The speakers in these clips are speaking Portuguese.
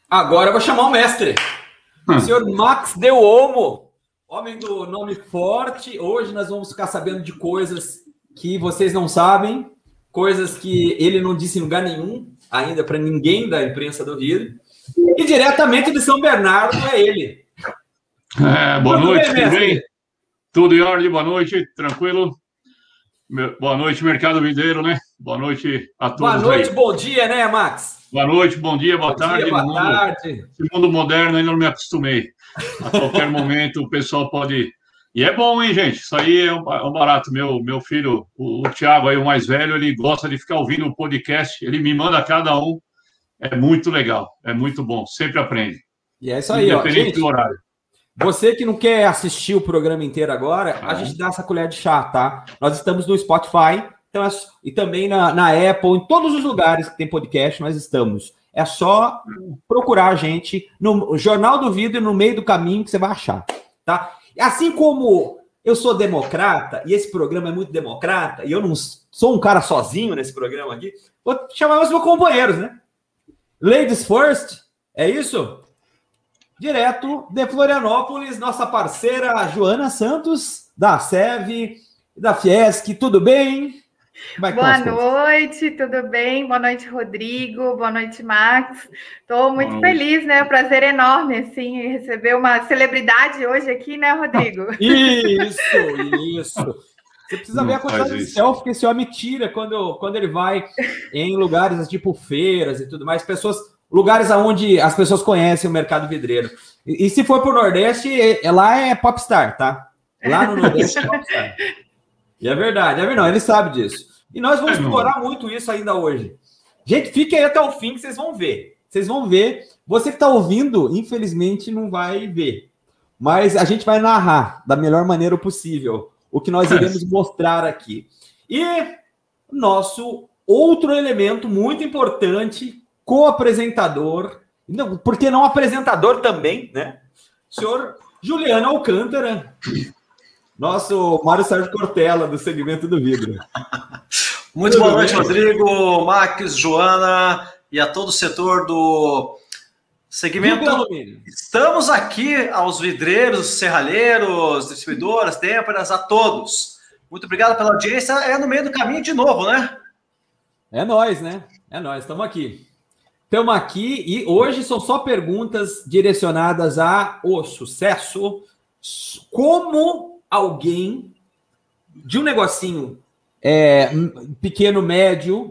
Agora eu vou chamar o mestre. O senhor Max Del Olmo, homem do nome forte. Hoje nós vamos ficar sabendo de coisas que vocês não sabem, coisas que ele não disse em lugar nenhum, ainda para ninguém da imprensa do Rio. E diretamente de São Bernardo é ele. Boa noite, tudo bem? Tudo em ordem, boa noite, tranquilo? Boa noite, Mercado Videiro, né? Boa noite a todos. Boa noite, aí. Bom dia, né, Max? Boa noite, bom dia, boa tarde. Dia, boa tarde. Esse mundo moderno ainda não me acostumei. A qualquer momento o pessoal pode... E é bom, hein, gente? Isso aí é um barato. Meu filho, o Thiago, aí, o mais velho, ele gosta de ficar ouvindo o podcast. Ele me manda cada um. É muito legal, é muito bom. Sempre aprende. E é isso aí, ó. Independente do horário. Você que não quer assistir o programa inteiro agora, a gente dá essa colher de chá, tá? Nós estamos no Spotify então e também na Apple, em todos os lugares que tem podcast, nós estamos. É só procurar a gente no Jornal do Vidro, no meio do caminho que você vai achar, tá? Assim como eu sou democrata, e esse programa é muito democrata, e eu não sou um cara sozinho nesse programa aqui, vou chamar os meus companheiros, né? Ladies first, é isso? Direto de Florianópolis, nossa parceira Joana Santos, da SEV, da Fiesc, tudo bem? Boa noite, tudo bem? Boa noite, Rodrigo. Boa noite, Max. Estou muito feliz, né? Um prazer enorme, assim, receber uma celebridade hoje aqui, né, Rodrigo? Isso. Você precisa ver a quantidade de selfie que esse homem tira quando ele vai em lugares tipo feiras e tudo mais, lugares onde as pessoas conhecem o mercado vidreiro. E se for para o Nordeste, lá é popstar, tá? Lá no Nordeste é popstar. E é verdade, ele sabe disso. E nós vamos explorar muito isso ainda hoje. Gente, fique aí até o fim que vocês vão ver. Vocês vão ver. Você que está ouvindo, infelizmente, não vai ver. Mas a gente vai narrar da melhor maneira possível o que nós iremos mostrar aqui. E nosso outro elemento muito importante, co-apresentador, por que não apresentador também, né? O senhor Juliano Alcântara, nosso Mário Sérgio Cortella, do segmento do vidro. Muito boa noite, Rodrigo, Max, Joana e a todo o setor do segmento. Estamos aqui aos vidreiros, serralheiros, distribuidoras, têmperas, a todos. Muito obrigado pela audiência. É no meio do caminho de novo, né? É nós, né? É nós, estamos aqui. Estamos aqui e hoje são só perguntas direcionadas ao sucesso. Como alguém de um negocinho pequeno, médio,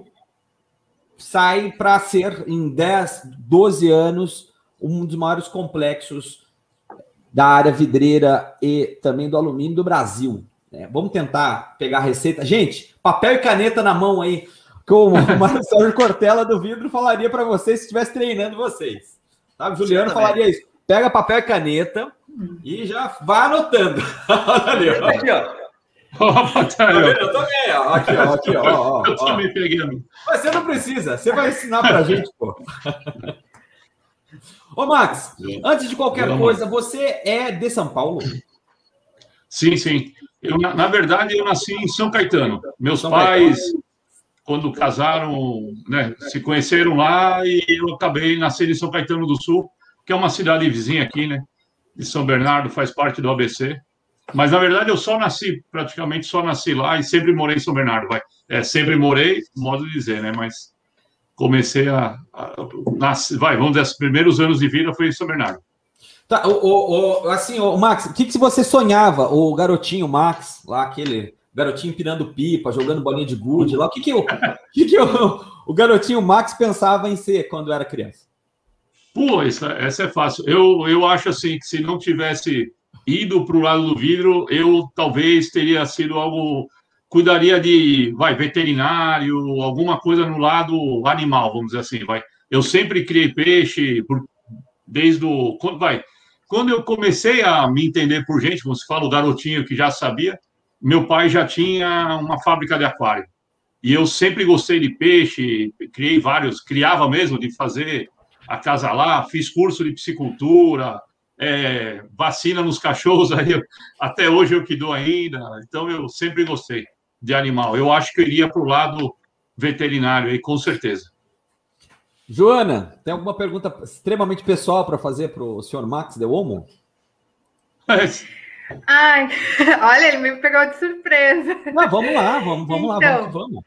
sai para ser, em 10, 12 anos, um dos maiores complexos da área vidreira e também do alumínio do Brasil. Vamos tentar pegar a receita. Gente, papel e caneta na mão aí, que o Mário Sérgio Cortella do vidro falaria para vocês se estivesse treinando vocês. Tá? O Juliano falaria isso. Pega papel e caneta e já vai anotando. Olha aqui, ó. Eu tô bem, ó. Aqui, ó. Eu tô me pegando. Mas você não precisa, você vai ensinar pra gente, pô. Ô, Max, antes de qualquer coisa, você é de São Paulo? Sim. Na verdade, eu nasci em São Caetano. Meus pais, quando casaram, né, se conheceram lá e eu acabei nascendo em São Caetano do Sul, que é uma cidade vizinha aqui, né? De São Bernardo, faz parte do ABC. Mas, na verdade, eu praticamente só nasci lá e sempre morei em São Bernardo. Sempre morei, modo de dizer, né? Mas comecei vamos dizer, os primeiros anos de vida foi em São Bernardo. Tá, Max, o que você sonhava? O garotinho Max, lá, aquele garotinho empinando pipa, jogando bolinha de gude, lá, o que o garotinho Max pensava em ser quando era criança? Pô, essa é fácil. Eu acho assim que se não tivesse ido para o lado do vidro, eu talvez teria sido algo, cuidaria de, veterinário, alguma coisa no lado animal, vamos dizer assim, Eu sempre criei peixe, quando eu comecei a me entender por gente, como se fala, o garotinho que já sabia, meu pai já tinha uma fábrica de aquário. E eu sempre gostei de peixe, criava mesmo de fazer acasalar, fiz curso de piscicultura, vacina nos cachorros, até hoje eu que dou ainda, então eu sempre gostei de animal. Eu acho que eu iria para o lado veterinário aí, com certeza. Joana, tem alguma pergunta extremamente pessoal para fazer para o senhor Max Delhomme? Ai, olha, ele me pegou de surpresa. Não, vamos lá, vamos lá, vamos.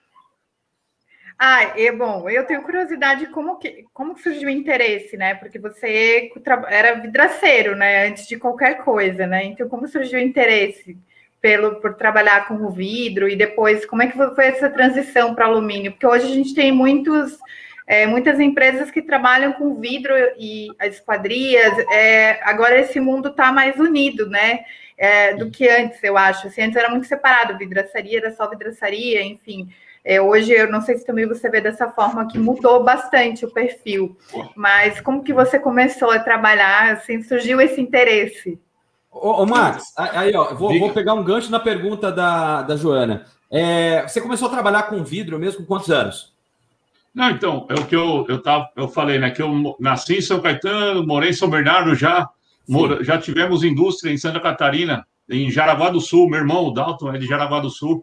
Bom, eu tenho curiosidade como que surgiu o interesse, né? Porque você era vidraceiro, né? Antes de qualquer coisa, né? Então, como surgiu o interesse por trabalhar com o vidro e depois, como é que foi essa transição para alumínio? Porque hoje a gente tem muitas empresas que trabalham com vidro e as esquadrias. Agora esse mundo está mais unido, né? Do que antes, eu acho. Assim, antes era muito separado, vidraçaria era só vidraçaria, enfim. Hoje, eu não sei se também você vê dessa forma, que mudou bastante o perfil. Mas como que você começou a trabalhar, assim, surgiu esse interesse? Ô Max, aí, ó, vou pegar um gancho na pergunta da Joana. Você começou a trabalhar com vidro mesmo com quantos anos? Não, então, é o que eu falei, né? Que eu nasci em São Caetano, morei em São Bernardo já tivemos indústria em Santa Catarina, em Jaraguá do Sul. Meu irmão, o Dalton, é de Jaraguá do Sul.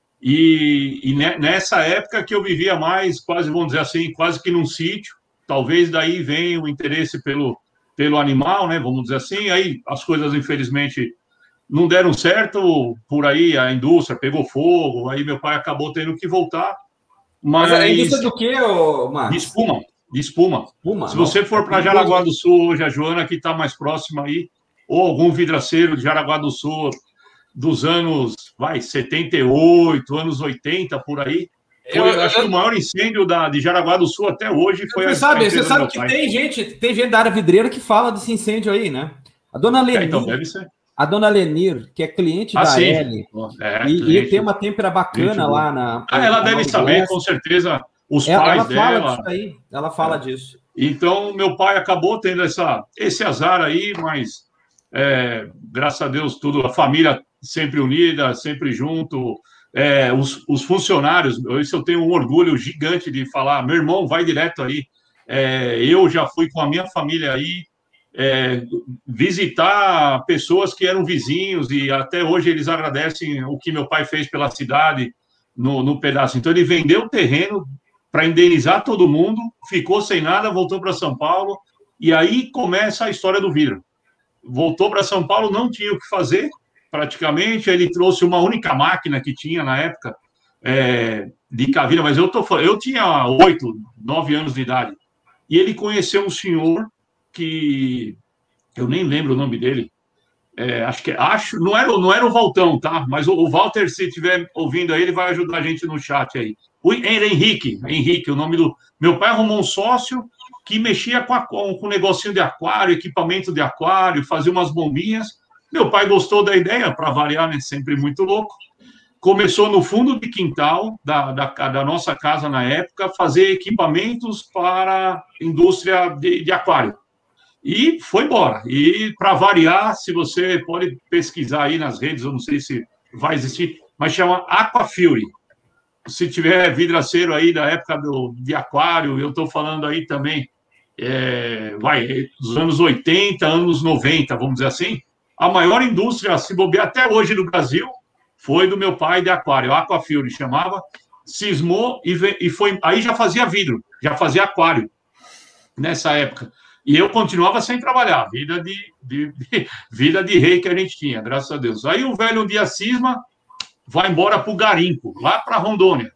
E nessa época que eu vivia mais, quase, vamos dizer assim, quase que num sítio. Talvez daí venha o interesse pelo animal, né? Vamos dizer assim. Aí as coisas, infelizmente, não deram certo. Por aí a indústria pegou fogo. Aí meu pai acabou tendo que voltar. Mas a indústria do quê, Max? De espuma. Se você for para Jaraguá do Sul hoje, a Joana que está mais próxima aí, ou algum vidraceiro de Jaraguá do Sul dos anos 78, anos 80, por aí. Acho que o maior incêndio de Jaraguá do Sul até hoje foi... Você sabe que tem gente da área vidreira que fala desse incêndio aí, né? A dona Lenir, então deve ser. A dona Lenir, que é cliente da L, e tem uma têmpera bacana lá na... ela deve saber, com certeza, os pais dela. Ela fala disso. Então, meu pai acabou tendo esse azar aí, mas, graças a Deus, a família sempre unida, sempre junto. Os funcionários, isso eu tenho um orgulho gigante de falar. Meu irmão vai direto aí. Eu já fui com a minha família aí visitar pessoas que eram vizinhos e até hoje eles agradecem o que meu pai fez pela cidade no pedaço. Então, ele vendeu o terreno para indenizar todo mundo, ficou sem nada, voltou para São Paulo e aí começa a história do vidro. Voltou para São Paulo, não tinha o que fazer, praticamente. Ele trouxe uma única máquina que tinha na época de cavira, mas eu tinha 8, 9 anos de idade. E ele conheceu um senhor que eu nem lembro o nome dele. Não era o Valtão, tá? Mas o Walter, se estiver ouvindo aí, ele vai ajudar a gente no chat aí. Era Henrique, o nome do... Meu pai arrumou um sócio que mexia com um negocinho de aquário, equipamento de aquário, fazia umas bombinhas. Meu pai gostou da ideia, para variar, né? Sempre muito louco. Começou no fundo de quintal da nossa casa na época, fazer equipamentos para indústria de aquário. E foi embora. E, para variar, se você pode pesquisar aí nas redes, eu não sei se vai existir, mas chama Aquafury. Se tiver vidraceiro aí da época de aquário, eu estou falando aí também, dos anos 80, anos 90, vamos dizer assim, a maior indústria, se bobear até hoje no Brasil, foi do meu pai de aquário, Aquafury chamava, cismou e foi. Aí já fazia vidro, já fazia aquário nessa época. E eu continuava sem trabalhar, vida de rei que a gente tinha, graças a Deus. Aí o velho um dia cisma, vai embora para o garimpo, lá para Rondônia.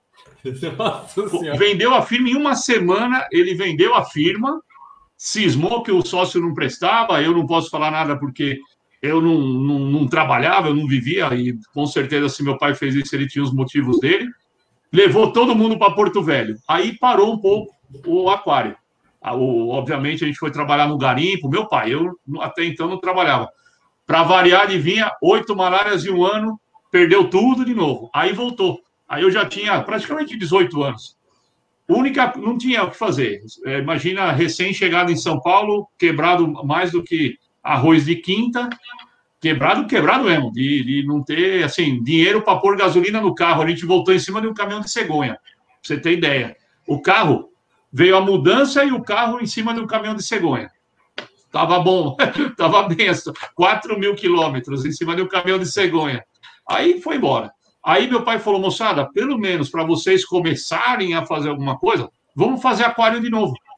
Vendeu a firma em uma semana, ele vendeu a firma, cismou que o sócio não prestava, eu não posso falar nada porque eu não trabalhava, eu não vivia, e com certeza se meu pai fez isso, ele tinha os motivos dele. Levou todo mundo para Porto Velho. Aí parou um pouco o aquário. Obviamente, a gente foi trabalhar no garimpo. Meu pai, eu até então não trabalhava. Para variar, adivinha, 8 malárias em um ano, perdeu tudo de novo. Aí voltou. Aí eu já tinha praticamente 18 anos. Não tinha o que fazer. Imagina, recém-chegado em São Paulo, quebrado mais do que arroz de quinta, quebrado mesmo, de não ter, assim, dinheiro para pôr gasolina no carro. A gente voltou em cima de um caminhão de cegonha, para você ter ideia. O carro... Veio a mudança e o carro em cima de um caminhão de cegonha. Estava bom, estava bem, 4.000 quilômetros em cima de um caminhão de cegonha. Aí foi embora. Aí meu pai falou, moçada, pelo menos para vocês começarem a fazer alguma coisa, vamos fazer aquário de novo.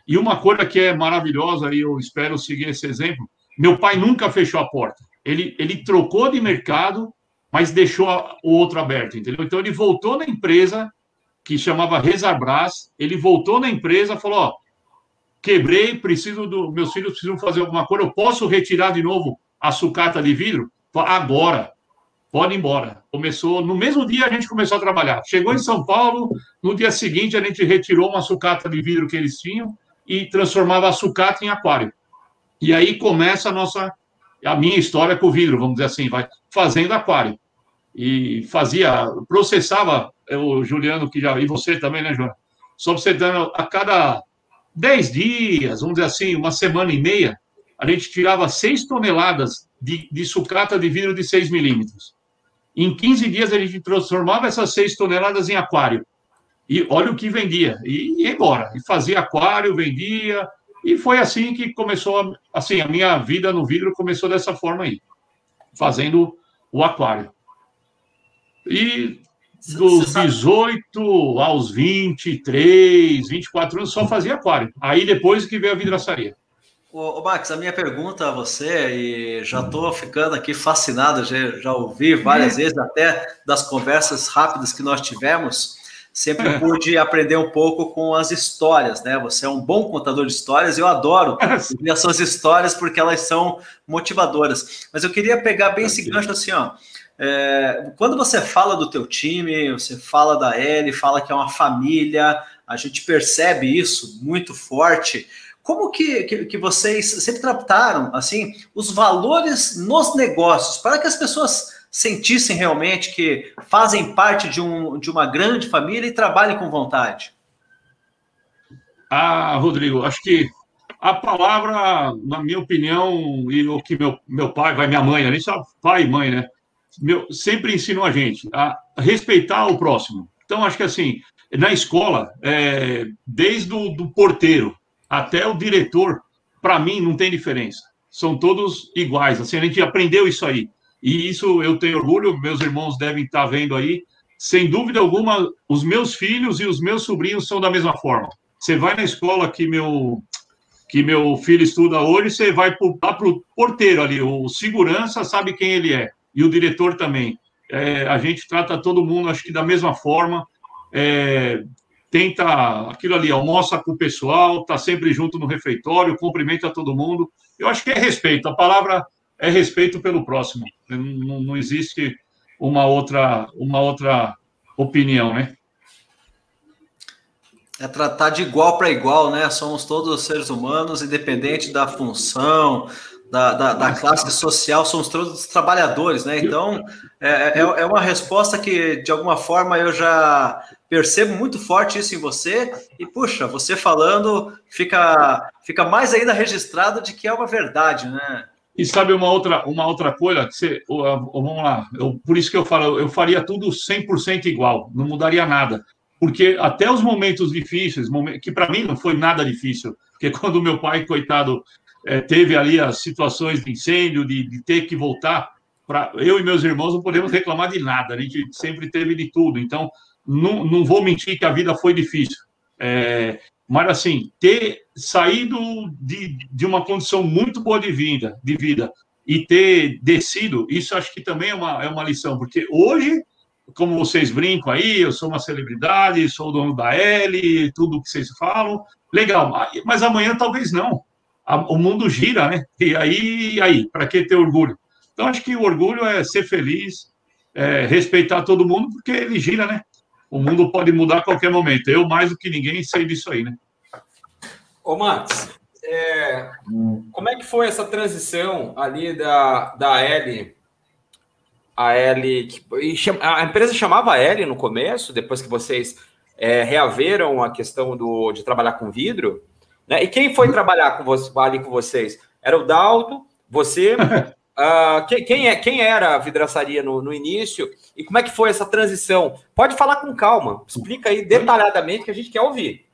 E uma coisa que é maravilhosa, e eu espero seguir esse exemplo, meu pai nunca fechou a porta. Ele trocou de mercado, mas deixou o outro aberto, entendeu? Então, ele voltou na empresa, que chamava Resarbras, ele voltou na empresa, falou, ó, quebrei, meus filhos precisam fazer alguma coisa, eu posso retirar de novo a sucata de vidro? Agora, pode ir embora. Começou, no mesmo dia a gente começou a trabalhar. Chegou em São Paulo, no dia seguinte a gente retirou uma sucata de vidro que eles tinham e transformava a sucata em aquário. E aí começa a minha história com o vidro, vamos dizer assim, vai fazendo aquário. E processava, o Juliano, e você também, né, João? Só você dando, a cada 10 dias, vamos dizer assim, uma semana e meia, a gente tirava 6 toneladas de sucata de vidro de 6 milímetros. Em 15 dias, a gente transformava essas 6 toneladas em aquário. E olha o que vendia. E ia embora. E fazia aquário, vendia. E foi assim que começou, assim, a minha vida no vidro começou dessa forma aí, fazendo o aquário. E dos 18 aos 23, 24 anos, só fazia aquário. Aí depois que veio a vidraçaria. Ô Max, a minha pergunta a você, e já estou ficando aqui fascinado, já ouvi várias vezes, até das conversas rápidas que nós tivemos, sempre pude aprender um pouco com as histórias, né? Você é um bom contador de histórias, eu adoro ouvir as suas histórias porque elas são motivadoras. Mas eu queria pegar bem esse gancho assim, ó. Quando você fala do teu time, você fala da L, fala que é uma família, a gente percebe isso muito forte. Como que vocês sempre trataram assim os valores nos negócios para que as pessoas sentissem realmente que fazem parte de uma grande família e trabalhem com vontade? Rodrigo, acho que a palavra, na minha opinião, e o que meu pai, minha mãe, a gente sabe, pai e mãe, né? Sempre ensinou a gente a respeitar o próximo. Então, acho que assim, na escola, desde o porteiro até o diretor, para mim, não tem diferença. São todos iguais. Assim, a gente aprendeu isso aí. E isso eu tenho orgulho, meus irmãos devem estar vendo aí. Sem dúvida alguma, os meus filhos e os meus sobrinhos são da mesma forma. Você vai na escola que meu filho estuda hoje, você vai para o porteiro ali, o segurança sabe quem ele é, e o diretor também. A gente trata todo mundo, acho que da mesma forma, tenta aquilo ali, almoça com o pessoal, está sempre junto no refeitório, cumprimenta todo mundo. Eu acho que é respeito, a palavra é respeito pelo próximo. Não existe uma outra opinião, né? É tratar de igual para igual, né? Somos todos seres humanos, independente da função, da classe social, somos todos trabalhadores, né? Então, é uma resposta que, de alguma forma, eu já percebo muito forte isso em você, e, puxa, você falando, fica mais ainda registrado de que é uma verdade, né? E sabe uma outra coisa? Vamos lá, por isso que eu falo, eu faria tudo 100% igual, não mudaria nada. Porque até os momentos difíceis, que para mim não foi nada difícil, porque quando meu pai, coitado, teve ali as situações de incêndio, de ter que voltar, eu e meus irmãos não podemos reclamar de nada, a gente sempre teve de tudo, então não vou mentir que a vida foi difícil. Mas, assim, ter saído de uma condição muito boa de vida e ter descido, isso acho que também é uma lição, porque hoje, como vocês brincam aí, eu sou uma celebridade, sou o dono da L, tudo que vocês falam, legal, mas amanhã talvez não. O mundo gira, né? E aí, para que ter orgulho? Então, acho que o orgulho é ser feliz, respeitar todo mundo, porque ele gira, né? O mundo pode mudar a qualquer momento. Eu, mais do que ninguém, sei disso aí, né? Ô, Max, como é que foi essa transição ali da L? A L, a empresa chamava L no começo, depois que vocês reaveram a questão de trabalhar com vidro, né? E quem foi trabalhar ali com vocês? Era o Dalto, você... Quem era a vidraçaria no início e como é que foi essa transição? Pode falar com calma, explica aí detalhadamente que a gente quer ouvir.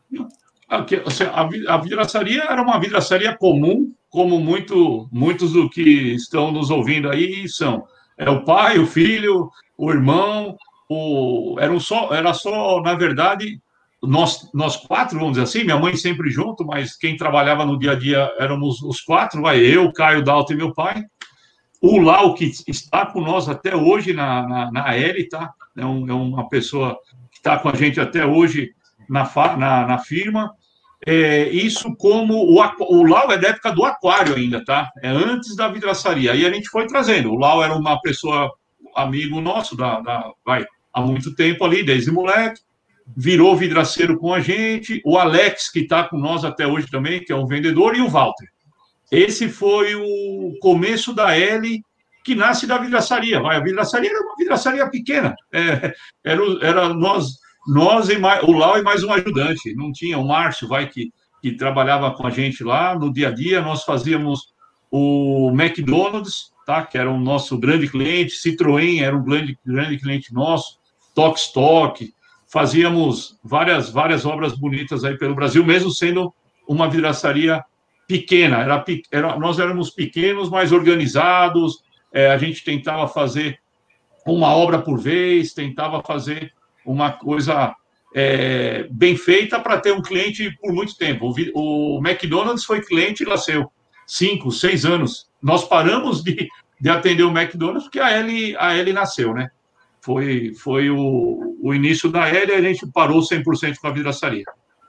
A vidraçaria era uma vidraçaria comum, como muitos do que estão nos ouvindo aí são. É o pai, o filho, o irmão, era só, na verdade, nós quatro, vamos dizer assim, minha mãe sempre junto, mas quem trabalhava no dia a dia éramos os quatro, eu, Caio, Dalton e meu pai. O Lau, que está com nós até hoje na L, tá? É uma pessoa que está com a gente até hoje na firma. Isso como o Lau é da época do aquário ainda, tá? É antes da vidraçaria. Aí a gente foi trazendo. O Lau era uma pessoa, amigo nosso, há muito tempo ali, desde moleque. Virou vidraceiro com a gente. O Alex, que está com nós até hoje também, que é um vendedor, e o Walter. Esse foi o começo da L, que nasce da vidraçaria. A vidraçaria era uma vidraçaria pequena. Era nós e mais, o Lau e mais um ajudante. Não tinha o Márcio, que trabalhava com a gente lá no dia a dia. Nós fazíamos o McDonald's, tá? Que era o nosso grande cliente. Citroën era um grande cliente nosso. Stock. Fazíamos várias obras bonitas aí pelo Brasil, mesmo sendo uma vidraçaria pequena. Nós éramos pequenos, mas organizados. A gente tentava fazer uma obra por vez, tentava fazer uma coisa bem feita para ter um cliente por muito tempo. O McDonald's foi cliente e nasceu 5, 6 anos. Nós paramos de atender o McDonald's porque a L nasceu, né? Foi o início da L e a gente parou 100% com a vidraçaria.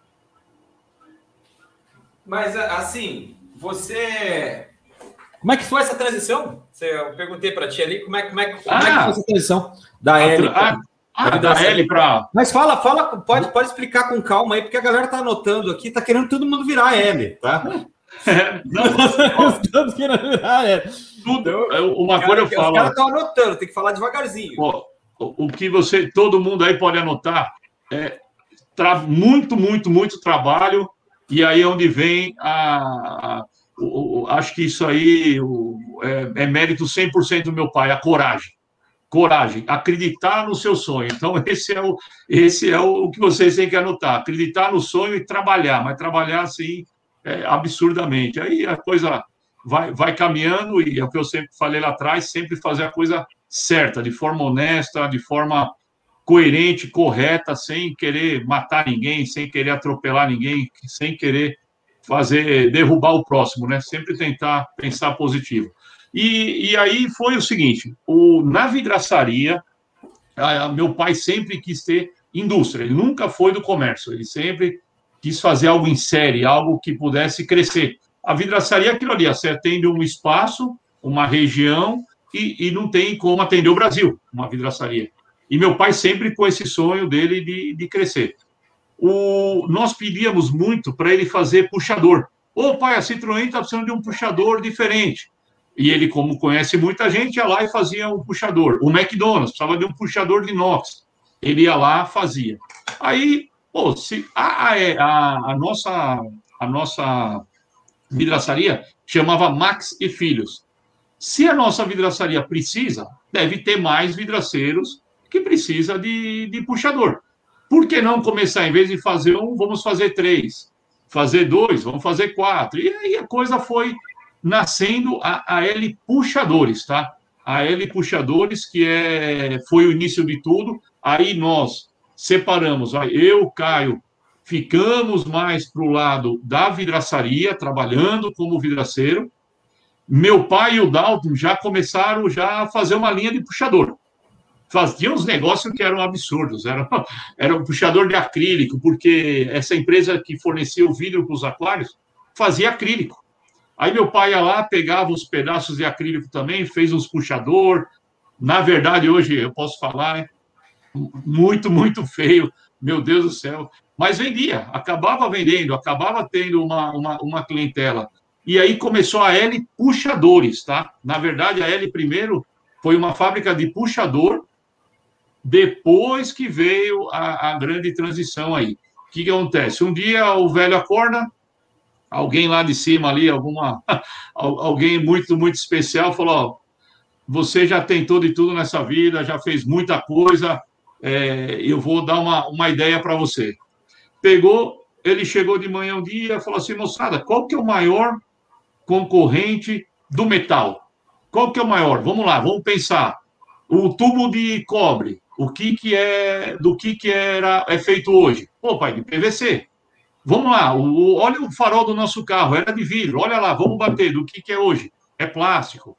Mas, assim, como é que foi essa transição? Eu perguntei para ti ali, como é que foi essa transição da L? Da L para... Mas fala, pode explicar com calma aí, porque a galera tá anotando aqui, tá querendo todo mundo virar L, tá? Estamos querendo virar L. Uma coisa eu falo... Os caras estão anotando, tem que falar devagarzinho. O que todo mundo aí pode anotar muito trabalho, e aí é onde vem acho que isso aí é mérito 100% do meu pai, a coragem, acreditar no seu sonho. Então, esse é o que vocês têm que anotar, acreditar no sonho e trabalhar, mas trabalhar assim, absurdamente. Aí a coisa vai caminhando, e é o que eu sempre falei lá atrás, sempre fazer a coisa certa, de forma honesta, de forma coerente, correta, sem querer matar ninguém, sem querer atropelar ninguém, sem querer derrubar o próximo, né? Sempre tentar pensar positivo. E aí foi o seguinte, na vidraçaria, meu pai sempre quis ter indústria, ele nunca foi do comércio, ele sempre quis fazer algo em série, algo que pudesse crescer. A vidraçaria é aquilo ali, você atende um espaço, uma região, e não tem como atender o Brasil, uma vidraçaria. E meu pai sempre com esse sonho dele de crescer. Nós pedíamos muito para ele fazer puxador. Pai, a Citroën está precisando de um puxador diferente. E ele, como conhece muita gente, ia lá e fazia um puxador. O McDonald's precisava de um puxador de inox. Ele ia lá, fazia. Aí, a nossa vidraçaria chamava Max e Filhos. Se a nossa vidraçaria precisa, deve ter mais vidraceiros que precisa de puxador. Por que não começar, em vez de fazer vamos fazer 3, fazer 2, vamos fazer 4. E aí a coisa foi nascendo a L Puxadores, tá? A L Puxadores, que foi o início de tudo. Aí nós separamos, eu, Caio, ficamos mais para o lado da vidraçaria, trabalhando como vidraceiro. Meu pai e o Dalton já começaram a fazer uma linha de puxador. Faziam uns negócios que eram absurdos. Era um puxador de acrílico, porque essa empresa que fornecia o vidro para os aquários fazia acrílico. Aí meu pai ia lá, pegava os pedaços de acrílico também, fez uns puxador. Na verdade, hoje eu posso falar, muito feio, meu Deus do céu. Mas vendia, acabava vendendo, acabava tendo uma clientela. E aí começou a L Puxadores, tá? Na verdade, a L primeiro foi uma fábrica de puxador, depois que veio a grande transição aí. O que acontece? Um dia o velho acorda, alguém lá de cima ali, alguém muito especial, falou, você já tentou de tudo nessa vida, já fez muita coisa, eu vou dar uma ideia para você. Ele chegou de manhã um dia e falou assim, moçada, qual que é o maior concorrente do metal? Qual que é o maior? Vamos lá, vamos pensar. O tubo de cobre. do que é feito hoje? Pô, pai, de PVC. Vamos lá, olha o farol do nosso carro, era de vidro, olha lá, vamos bater, do que é hoje? É plástico.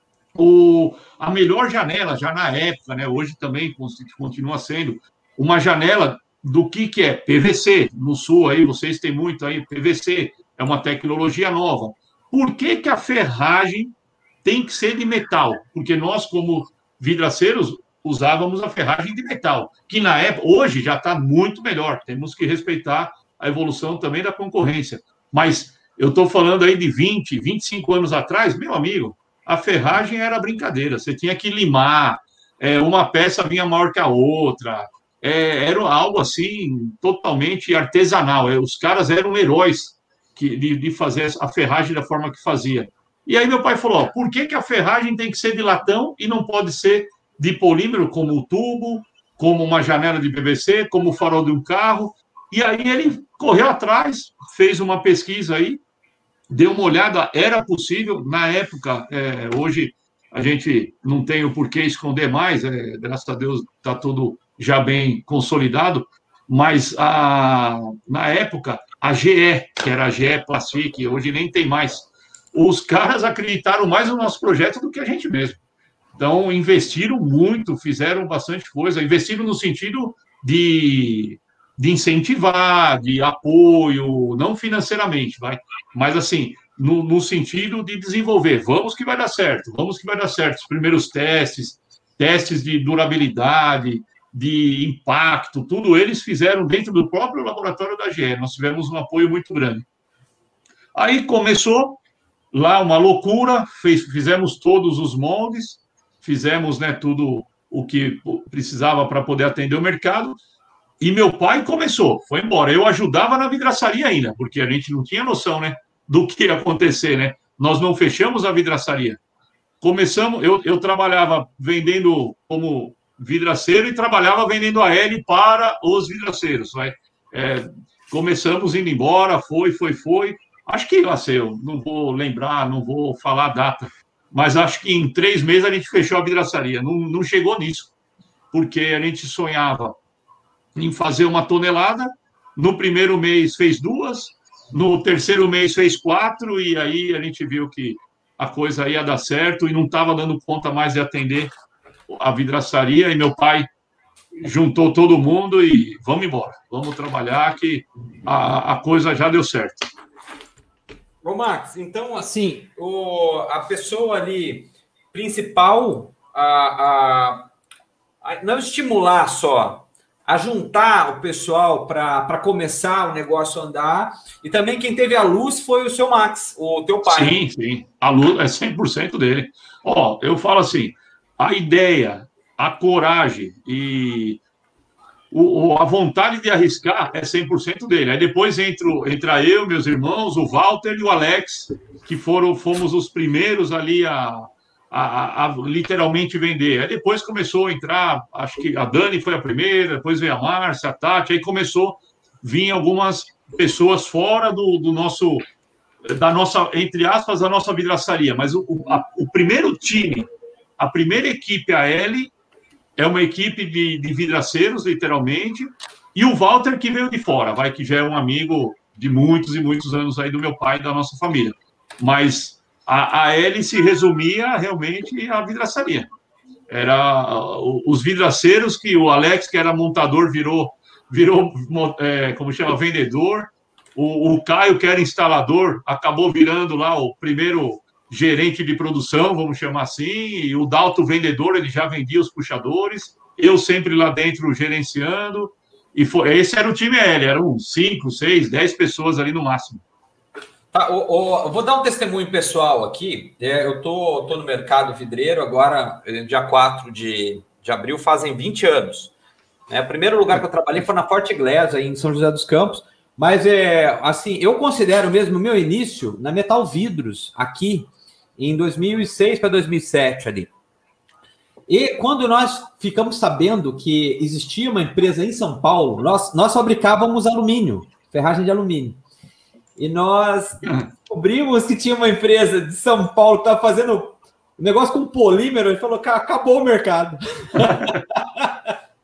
A melhor janela, já na época, né, hoje também continua sendo, uma janela do que é PVC. No Sul, aí, vocês têm muito aí, PVC, é uma tecnologia nova. Por que a ferragem tem que ser de metal? Porque nós, como vidraceiros, usávamos a ferragem de metal, que na época, hoje já está muito melhor, temos que respeitar a evolução também da concorrência. Mas eu estou falando aí de 20, 25 anos atrás, meu amigo, a ferragem era brincadeira, você tinha que limar, uma peça vinha maior que a outra, era algo assim, totalmente artesanal, os caras eram heróis de fazer a ferragem da forma que fazia. E aí meu pai falou, por que a ferragem tem que ser de latão e não pode ser de polímero, como o tubo, como uma janela de PVC, como o farol de um carro? E aí ele correu atrás, fez uma pesquisa aí, deu uma olhada, era possível, na época, hoje a gente não tem o porquê esconder mais, graças a Deus está tudo já bem consolidado, mas na época, a GE, que era a GE Plastic, hoje nem tem mais, os caras acreditaram mais no nosso projeto do que a gente mesmo. Então, investiram muito, fizeram bastante coisa, investiram no sentido de incentivar, de apoio, não financeiramente, mas assim, no sentido de desenvolver, vamos que vai dar certo, os primeiros testes de durabilidade, de impacto, tudo eles fizeram dentro do próprio laboratório da GE, nós tivemos um apoio muito grande. Aí começou lá uma loucura, fizemos todos os moldes, fizemos, né, tudo o que precisava para poder atender o mercado, e meu pai foi embora. Eu ajudava na vidraçaria ainda, porque a gente não tinha noção, né, do que ia acontecer, né? Nós não fechamos a vidraçaria. Começamos, eu trabalhava vendendo como vidraceiro e trabalhava vendendo a L para os vidraceiros. Começamos indo embora, foi. Acho que, eu não vou lembrar, não vou falar a data, mas acho que em 3 meses a gente fechou a vidraçaria. Não chegou nisso, porque a gente sonhava em fazer 1 tonelada, no primeiro mês fez 2, no terceiro mês fez 4, e aí a gente viu que a coisa ia dar certo e não estava dando conta mais de atender a vidraçaria, e meu pai juntou todo mundo e vamos embora, vamos trabalhar que a coisa já deu certo. Ô, Max, então, assim, a pessoa ali principal, não estimular só, a juntar o pessoal para começar o negócio a andar, e também quem teve a luz foi o seu Max, o teu pai. Sim, a luz é 100% dele. Eu falo assim, a ideia, a coragem e a vontade de arriscar é 100% dele. Aí depois entra eu, meus irmãos, o Walter e o Alex, que fomos os primeiros ali a literalmente vender. Aí depois começou a entrar, acho que a Dani foi a primeira, depois veio a Márcia, a Tati, aí começou a vir algumas pessoas fora da nossa, entre aspas, da nossa vidraçaria. Mas o primeiro time, a primeira equipe, a L, é uma equipe de vidraceiros, literalmente, e o Walter que veio de fora, que já é um amigo de muitos e muitos anos aí do meu pai e da nossa família. Mas a L se resumia realmente à vidraçaria. Era os vidraceiros que o Alex, que era montador, virou como chama, vendedor. O Caio, que era instalador, acabou virando lá o primeiro gerente de produção, vamos chamar assim, e o Dalto vendedor, ele já vendia os puxadores, eu sempre lá dentro gerenciando, e esse era o time L, eram 5, 6, 10 pessoas ali no máximo. Tá, eu vou dar um testemunho pessoal aqui, eu tô no mercado vidreiro agora, dia 4 de abril, fazem 20 anos. O primeiro lugar que eu trabalhei foi na Forte Glass, aí em São José dos Campos, mas assim, eu considero mesmo o meu início na Metal Vidros, aqui, em 2006 para 2007 ali. E quando nós ficamos sabendo que existia uma empresa em São Paulo, nós fabricávamos alumínio, ferragem de alumínio. E nós descobrimos que tinha uma empresa de São Paulo que estava fazendo um negócio com polímero, e falou que acabou o mercado.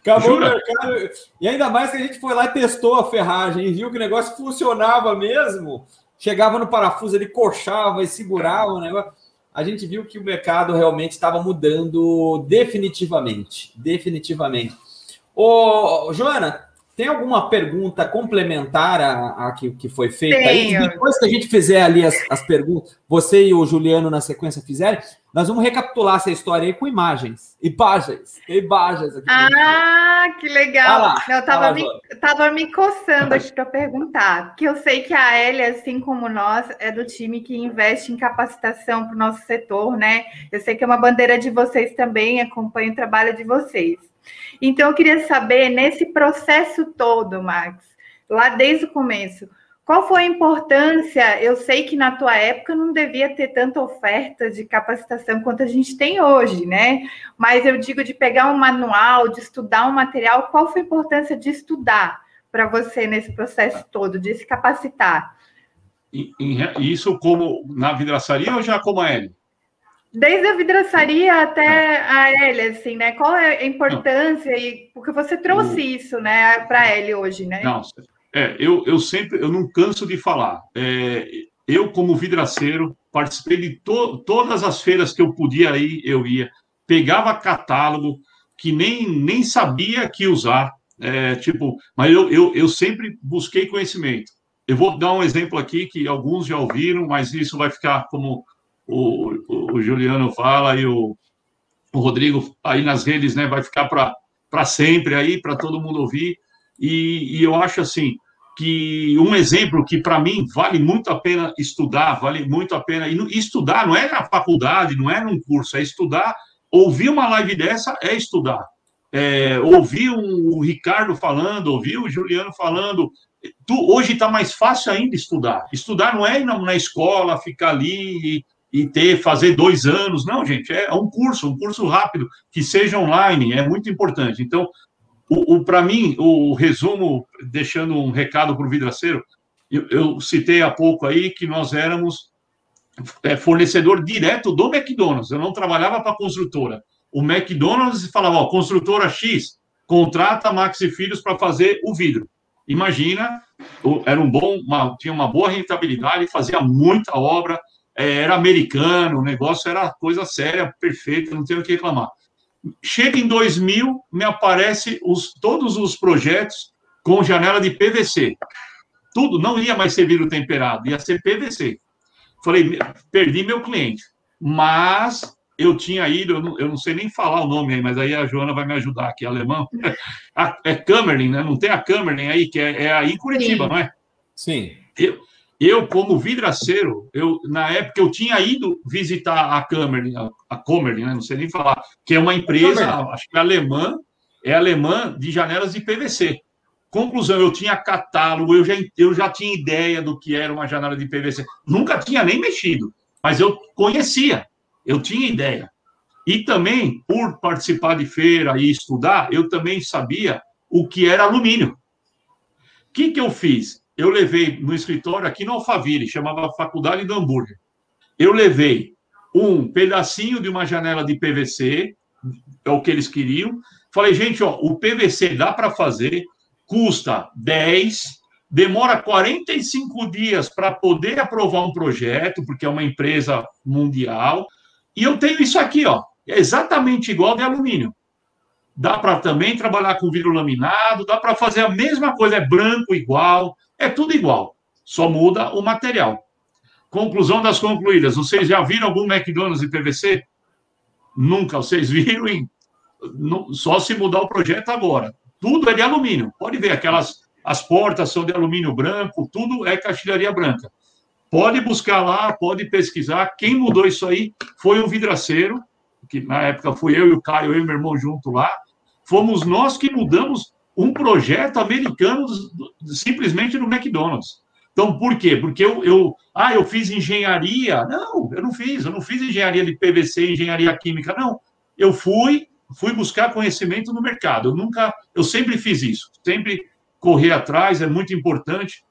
Acabou o mercado. E ainda mais que a gente foi lá e testou a ferragem e viu que o negócio funcionava mesmo. Chegava no parafuso, ele coxava e segurava o negócio. A gente viu que o mercado realmente estava mudando definitivamente. Definitivamente. Ô, Joana, tem alguma pergunta complementar a que foi feita aí? Depois que a gente fizer ali as perguntas, você e o Juliano na sequência fizerem, nós vamos recapitular essa história aí com imagens. Imagens aqui. Ah, que legal. Eu tava me coçando aqui para perguntar, porque eu sei que a Elia, assim como nós, é do time que investe em capacitação para o nosso setor, né? Eu sei que é uma bandeira de vocês também, acompanho o trabalho de vocês. Então, eu queria saber, nesse processo todo, Max, lá desde o começo, qual foi a importância? Eu sei que na tua época não devia ter tanta oferta de capacitação quanto a gente tem hoje, né? Mas eu digo de pegar um manual, de estudar um material, qual foi a importância de estudar para você nesse processo todo, de se capacitar? Isso como na vidraçaria ou já como a Elia? Desde a vidraçaria até a Elia, assim, né? Qual é a importância? Porque você trouxe isso, né, para a Elia hoje, né? Não, eu não canso de falar. Eu, como vidraceiro, participei de todas as feiras que eu podia ir, eu ia. Pegava catálogo que nem sabia que usar. Mas eu sempre busquei conhecimento. Eu vou dar um exemplo aqui que alguns já ouviram, mas isso vai ficar como o Juliano fala e o Rodrigo aí nas redes, né? Vai ficar para sempre aí, para todo mundo ouvir. E eu acho assim que um exemplo que para mim vale muito a pena estudar, vale muito a pena. E estudar não é na faculdade, não é num curso, é estudar. Ouvir uma live dessa é estudar. Ouvir o Ricardo falando, ouvir o Juliano falando. Hoje está mais fácil ainda estudar. Estudar não é ir na escola, ficar ali e fazer 2 anos. Não, gente, é um curso rápido, que seja online, é muito importante. Então, para mim, o resumo, deixando um recado para o vidraceiro, eu citei há pouco aí que nós éramos fornecedor direto do McDonald's, eu não trabalhava para a construtora. O McDonald's falava, construtora X, contrata Max e Filhos para fazer o vidro. Imagina, tinha uma boa rentabilidade, fazia muita obra, era americano, o negócio era coisa séria, perfeita, não tenho o que reclamar. Chega em 2000, me aparece todos os projetos com janela de PVC. Tudo, não ia mais ser vidro temperado, ia ser PVC. Falei, perdi meu cliente. Mas eu tinha ido, eu não sei nem falar o nome aí, mas aí a Joana vai me ajudar aqui, alemão. É Kamerlin, né? Não tem a Kamerlin aí, que é aí em Curitiba, não é? Sim. Eu, como vidraceiro, na época eu tinha ido visitar a Kamerlin, né? Não sei nem falar, que é uma empresa, acho que é alemã de janelas de PVC. Conclusão, eu tinha catálogo, eu já tinha ideia do que era uma janela de PVC. Nunca tinha nem mexido, mas eu conhecia, eu tinha ideia. E também, por participar de feira e estudar, eu também sabia o que era alumínio. O que eu fiz? Eu levei no escritório aqui no Alphaville, chamava Faculdade do Hambúrguer. Eu levei um pedacinho de uma janela de PVC, é o que eles queriam. Falei, gente, o PVC dá para fazer, custa 10, demora 45 dias para poder aprovar um projeto, porque é uma empresa mundial. E eu tenho isso aqui, é exatamente igual de alumínio. Dá para também trabalhar com vidro laminado, dá para fazer a mesma coisa, é branco igual, é tudo igual, só muda o material. Conclusão das concluídas, vocês já viram algum McDonald's de PVC? Nunca, vocês viram, só se mudar o projeto agora. Tudo é de alumínio, pode ver, as portas são de alumínio branco, tudo é caixilharia branca. Pode buscar lá, pode pesquisar, quem mudou isso aí foi um vidraceiro, que na época fui eu e o Caio, eu e meu irmão junto lá, fomos nós que mudamos um projeto americano simplesmente no McDonald's. Então, por quê? Porque eu fiz engenharia. Não, eu não fiz engenharia de PVC, engenharia química, não. Eu fui buscar conhecimento no mercado. Eu sempre fiz isso, sempre correr atrás, é muito importante.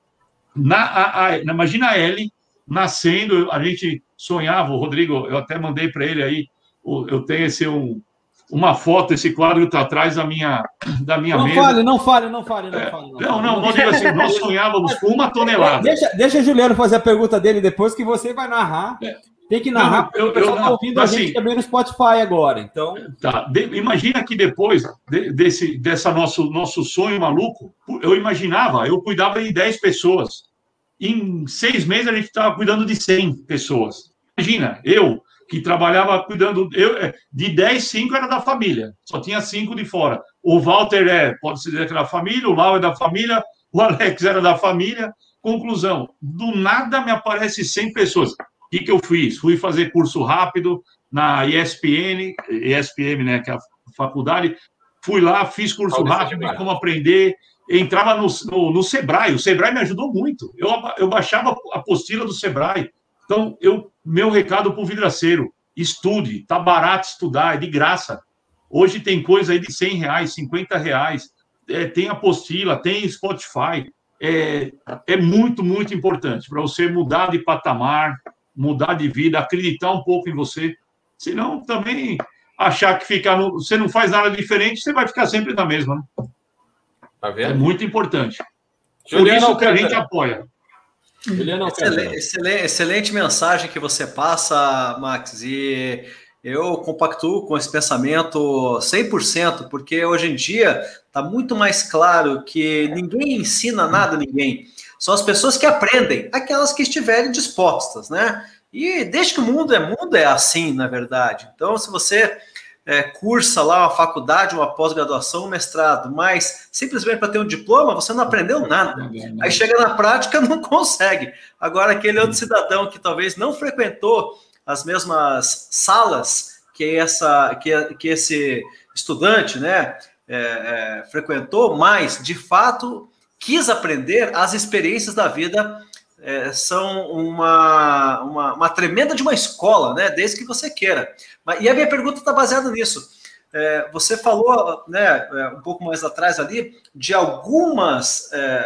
Imagina a Ellie nascendo, a gente sonhava, o Rodrigo, eu até mandei para ele aí, eu tenho uma foto, esse quadro está atrás da minha mesa. Não fale. Não, digo assim, nós sonhávamos com 1 tonelada. Deixa o Juliano fazer a pergunta dele depois, que você vai narrar. Tem que narrar, porque o pessoal está ouvindo a gente também no Spotify agora. Então... Tá. Imagina que depois dessa nosso sonho maluco, eu cuidava de 10 pessoas. Em 6 meses, a gente estava cuidando de 100 pessoas. Imagina, eu que trabalhava cuidando... de 10, 5 era da família. Só tinha 5 de fora. O Walter pode-se dizer que era da família, o Lau é da família, o Alex era da família. Conclusão, do nada me aparece 100 pessoas. O que eu fiz? Fui fazer curso rápido na ESPM, né, que é a faculdade. Fui lá, fiz curso rápido de como aprender. Entrava no Sebrae. O Sebrae me ajudou muito. Eu baixava a apostila do Sebrae. Então, meu recado para o vidraceiro: estude. Tá barato estudar, é de graça. Hoje tem coisa aí de R$100, R$50. Tem apostila, tem Spotify. É muito, muito importante para você mudar de patamar, mudar de vida, acreditar um pouco em você. Senão, também achar que você não faz nada diferente, você vai ficar sempre na mesma, né? Tá vendo? É muito importante. Juliano, por isso que a gente apoia. Excelente mensagem que você passa, Max, e eu compactuo com esse pensamento 100%, porque hoje em dia está muito mais claro que ninguém ensina nada a ninguém. São as pessoas que aprendem, aquelas que estiverem dispostas, né? E desde que o mundo é assim, na verdade. Então, se você cursa lá uma faculdade, uma pós-graduação, um mestrado, mas simplesmente para ter um diploma, você não aprendeu nada. Aí chega na prática, não consegue. Agora, aquele outro cidadão que talvez não frequentou as mesmas salas que esse estudante, né, frequentou, mas, de fato, quis aprender, as experiências da vida são uma tremenda de uma escola, né, desde que você queira. E a minha pergunta está baseada nisso. Você falou, né, um pouco mais atrás ali, de alguns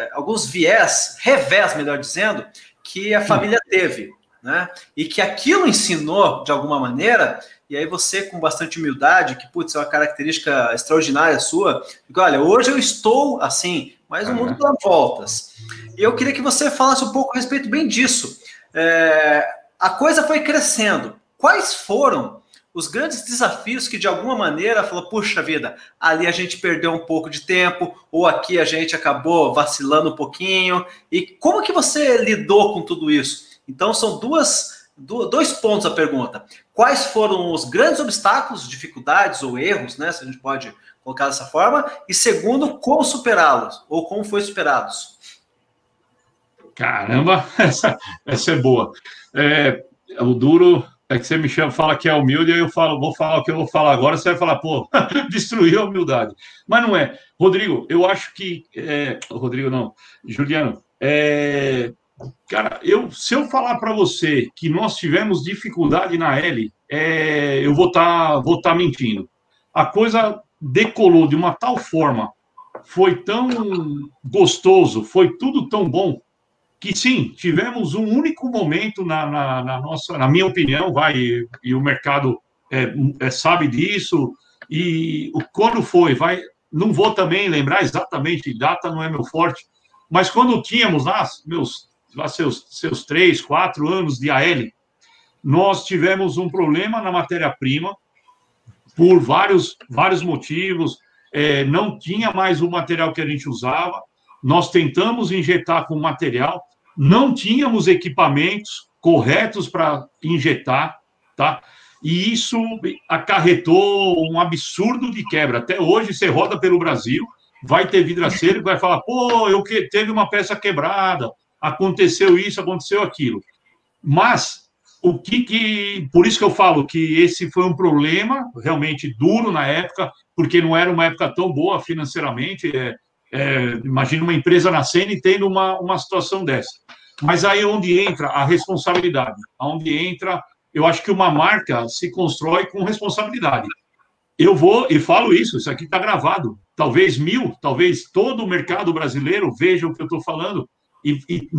revés, melhor dizendo, que a família teve, né, e que aquilo ensinou, de alguma maneira, e aí você, com bastante humildade, que, putz, é uma característica extraordinária sua, digo, olha, hoje eu estou assim, mas o mundo dá voltas. E eu queria que você falasse um pouco a respeito bem disso. A coisa foi crescendo. Quais foram os grandes desafios que, de alguma maneira, falou, puxa vida, ali a gente perdeu um pouco de tempo, ou aqui a gente acabou vacilando um pouquinho, e como que você lidou com tudo isso? Então, são dois pontos a pergunta. Quais foram os grandes obstáculos, dificuldades ou erros, né, se a gente pode colocar dessa forma, e segundo, como superá-los, ou como foi superados? Caramba, essa é boa. O duro é que você me chama, fala que é humilde, e eu vou falar o que eu vou falar agora, você vai falar, pô, destruiu a humildade. Mas não é. Rodrigo, eu acho que... Rodrigo não, Juliano, cara, se eu falar para você que nós tivemos dificuldade na L, eu vou tá mentindo. A coisa decolou de uma tal forma, foi tão gostoso, foi tudo tão bom, que sim, tivemos um único momento na minha opinião, e o mercado sabe disso, e quando foi, não vou também lembrar exatamente, data não é meu forte, mas quando tínhamos lá seus 3, 4 anos de AL, nós tivemos um problema na matéria-prima, por vários motivos, não tinha mais o material que a gente usava, nós tentamos injetar com material, não tínhamos equipamentos corretos para injetar, tá? E isso acarretou um absurdo de quebra. Até hoje, você roda pelo Brasil, vai ter vidraceiro que vai falar, pô, teve uma peça quebrada, aconteceu isso, aconteceu aquilo. Mas, por isso que eu falo que esse foi um problema realmente duro na época, porque não era uma época tão boa financeiramente, imagina uma empresa nascendo e tendo uma situação dessa. Mas aí é onde entra a responsabilidade, onde entra, eu acho que uma marca se constrói com responsabilidade. Eu vou e falo isso aqui está gravado, talvez 1000, talvez todo o mercado brasileiro veja o que eu estou falando, e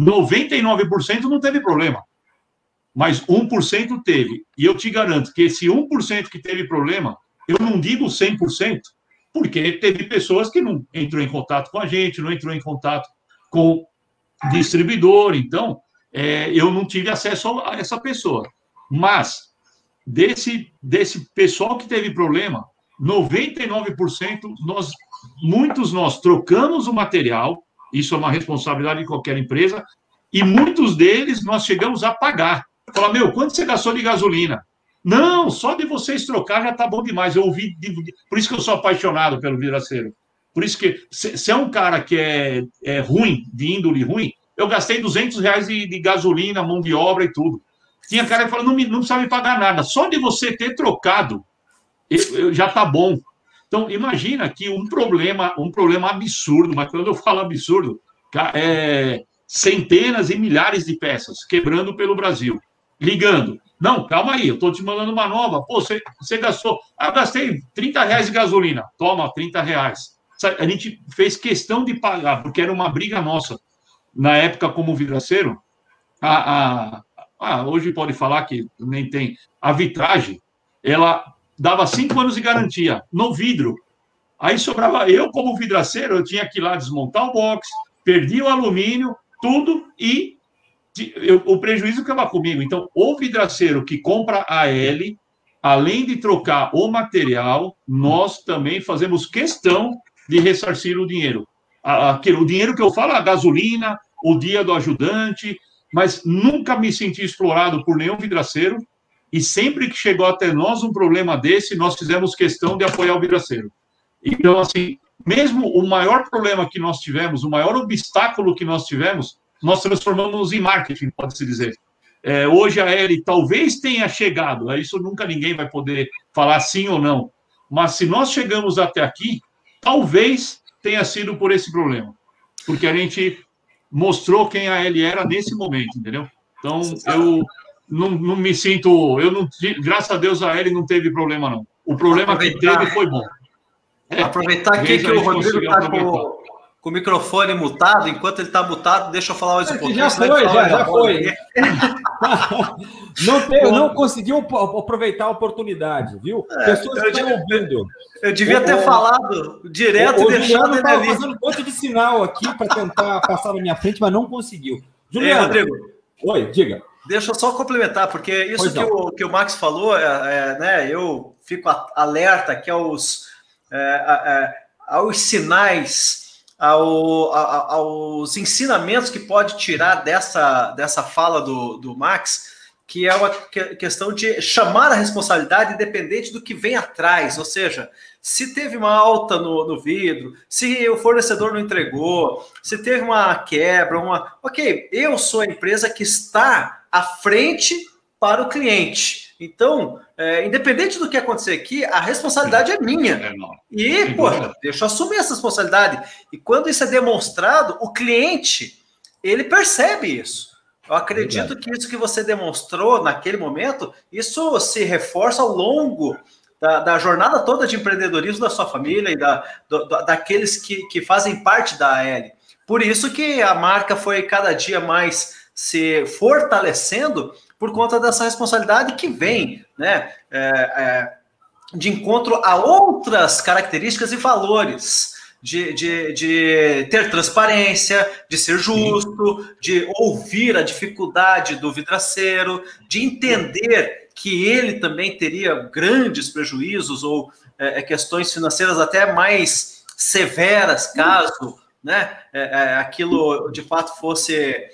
99% não teve problema, mas 1% teve. E eu te garanto que esse 1% que teve problema Eu não digo 100%, porque teve pessoas que não entrou em contato com a gente, não entrou em contato com o distribuidor, então eu não tive acesso a essa pessoa. Mas, desse pessoal que teve problema, 99% muitos nós trocamos o material, isso é uma responsabilidade de qualquer empresa, e muitos deles nós chegamos a pagar. Falar, quanto você gastou de gasolina? Não, só de vocês trocar já tá bom demais. Eu ouvi, por isso que eu sou apaixonado pelo vidraceiro. Por isso que, se é um cara que é ruim, de índole ruim, eu gastei R$200 de gasolina, mão de obra e tudo. Tinha cara que falou, não precisa me pagar nada. Só de você ter trocado, já tá bom. Então, imagina que um problema absurdo, mas quando eu falo absurdo, centenas e milhares de peças quebrando pelo Brasil. Ligando. Não, calma aí, eu estou te mandando uma nova. Pô, você gastou. Eu gastei R$30 de gasolina. Toma, R$30. A gente fez questão de pagar, porque era uma briga nossa. Na época, como vidraceiro, hoje pode falar que nem tem. A vitragem, ela dava 5 anos de garantia no vidro. Aí sobrava eu, como vidraceiro, eu tinha que ir lá desmontar o box, perdi o alumínio, tudo, e o prejuízo ficava comigo. Então, o vidraceiro que compra a L, além de trocar o material, nós também fazemos questão de ressarcir o dinheiro. O dinheiro que eu falo, a gasolina, o dia do ajudante, mas nunca me senti explorado por nenhum vidraceiro, e sempre que chegou até nós um problema desse, nós fizemos questão de apoiar o vidraceiro. Então, assim, mesmo o maior problema que nós tivemos, o maior obstáculo que nós tivemos, nós transformamos em marketing, pode-se dizer. Hoje a L talvez tenha chegado, isso nunca ninguém vai poder falar sim ou não, mas se nós chegamos até aqui, talvez tenha sido por esse problema, porque a gente mostrou quem a L era nesse momento, entendeu? Então, eu não me sinto... graças a Deus, a L não teve problema, não. O problema que teve foi bom. Aproveitar aqui que o Rodrigo está com o microfone mutado, enquanto ele está mutado, deixa eu falar mais um pouquinho. Já foi. Não conseguiu aproveitar a oportunidade, viu? Pessoas que estão ouvindo. Eu devia ter falado direto e deixado ele ali. Fazendo um monte de sinal aqui para tentar passar na minha frente, mas não conseguiu. Juliano. Rodrigo. Oi, diga. Deixa eu só complementar, porque isso que o Max falou, né, eu fico alerta aqui aos sinais, aos ensinamentos que pode tirar dessa fala do Max, que é uma questão de chamar a responsabilidade independente do que vem atrás, ou seja, se teve uma alta no vidro, se o fornecedor não entregou, se teve uma quebra, Ok, eu sou a empresa que está à frente para o cliente. Então, independente do que acontecer aqui, a responsabilidade é minha. E, poxa, deixa eu assumir essa responsabilidade. E quando isso é demonstrado, o cliente, ele percebe isso. Eu acredito que isso que você demonstrou naquele momento, isso se reforça ao longo da jornada toda de empreendedorismo da sua família e daqueles que fazem parte da AL. Por isso que a marca foi cada dia mais se fortalecendo por conta dessa responsabilidade que vem, né, de encontro a outras características e valores, de ter transparência, de ser justo, de ouvir a dificuldade do vidraceiro, de entender que ele também teria grandes prejuízos ou questões financeiras até mais severas, caso, né, aquilo de fato fosse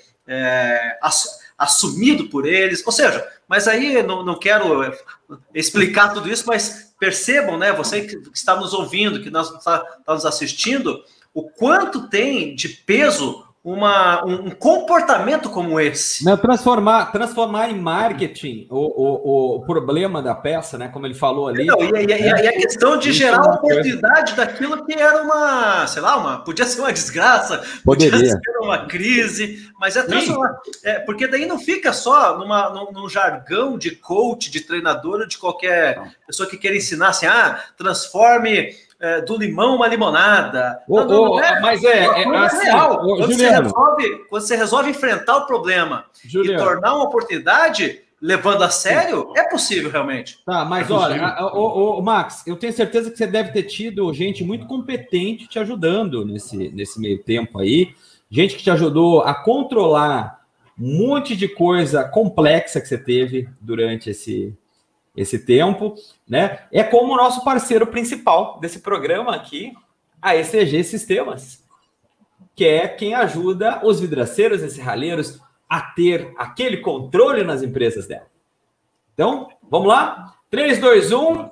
assumido por eles. Ou seja, mas aí não quero explicar tudo isso, mas percebam, né, você que está nos ouvindo, que está nos assistindo, o quanto tem de peso um comportamento como esse. Não, transformar em marketing o problema da peça, né? Como ele falou ali. Não, e a questão de gerar a oportunidade daquilo que era podia ser uma desgraça, podia ser uma crise, mas transformar. Porque daí não fica só num jargão de coach, de treinador, de qualquer pessoa que queira ensinar assim, transforme do limão uma limonada. Mas assim, quando você resolve enfrentar o problema, Juliano, e tornar uma oportunidade, levando a sério, é possível realmente. Tá, mas olha, Max, eu tenho certeza que você deve ter tido gente muito competente te ajudando nesse meio tempo aí, gente que te ajudou a controlar um monte de coisa complexa que você teve durante esse tempo, né? É como o nosso parceiro principal desse programa aqui, a ECG Sistemas, que é quem ajuda os vidraceiros e serralheiros a ter aquele controle nas empresas dela. Então, vamos lá? 3, 2, 1.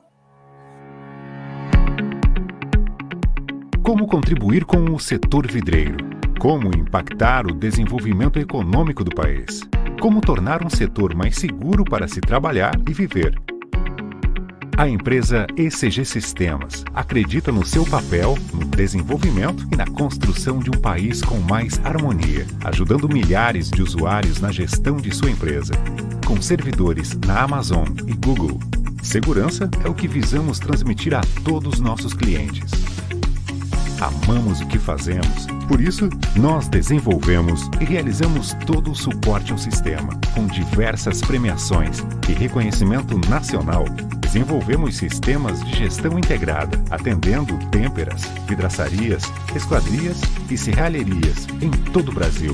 Como contribuir com o setor vidreiro? Como impactar o desenvolvimento econômico do país? Como tornar um setor mais seguro para se trabalhar e viver? A empresa ECG Sistemas acredita no seu papel no desenvolvimento e na construção de um país com mais harmonia, ajudando milhares de usuários na gestão de sua empresa. Com servidores na Amazon e Google, segurança é o que visamos transmitir a todos nossos clientes. Amamos o que fazemos, por isso, nós desenvolvemos e realizamos todo o suporte ao sistema, com diversas premiações e reconhecimento nacional. Desenvolvemos sistemas de gestão integrada, atendendo têmperas, vidraçarias, esquadrias e serralherias em todo o Brasil.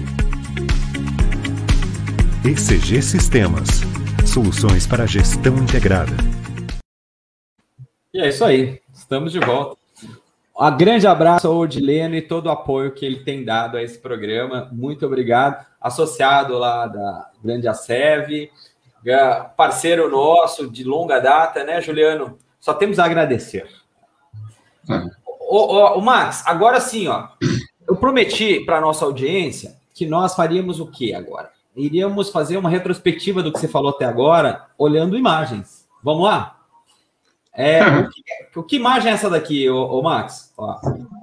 ECG Sistemas, soluções para gestão integrada. E é isso aí, estamos de volta. Um grande abraço ao Odileno e todo o apoio que ele tem dado a esse programa. Muito obrigado. Associado lá da Grande Acev, parceiro nosso de longa data, né, Juliano? Só temos a agradecer. O Max, agora sim, ó, eu prometi para a nossa audiência que nós faríamos o quê agora? Iríamos fazer uma retrospectiva do que você falou até agora, olhando imagens. Vamos lá? Que imagem é essa daqui, ô Max? Ó.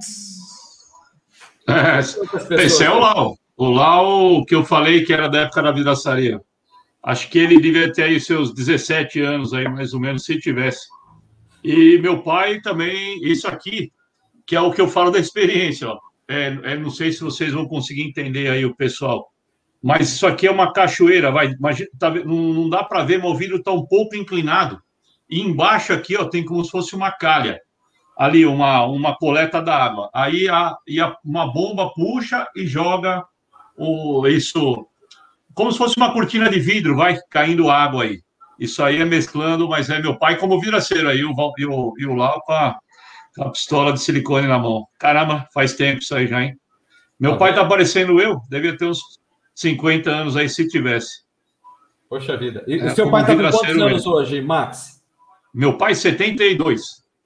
Esse é o Lau. O Lau que eu falei que era da época da vidraçaria. Acho que ele devia ter aí seus 17 anos, aí, mais ou menos, se tivesse. E meu pai também, isso aqui, que é o que eu falo da experiência. Ó. Não sei se vocês vão conseguir entender aí o pessoal. Mas isso aqui é uma cachoeira, imagina, não dá para ver, mas o vidro está um pouco inclinado. E embaixo aqui, ó, tem como se fosse uma calha. Ali, uma coleta d'água. Aí uma bomba puxa e joga isso, como se fosse uma cortina de vidro, vai caindo água aí. Isso aí é mesclando, mas é meu pai como vidraceiro aí, e o Lau com a pistola de silicone na mão. Caramba, faz tempo isso aí já, hein? Meu pai tá parecendo eu, devia ter uns 50 anos aí, se tivesse. Poxa vida. E o seu pai tá com quantos anos hoje, Max? Meu pai, 72.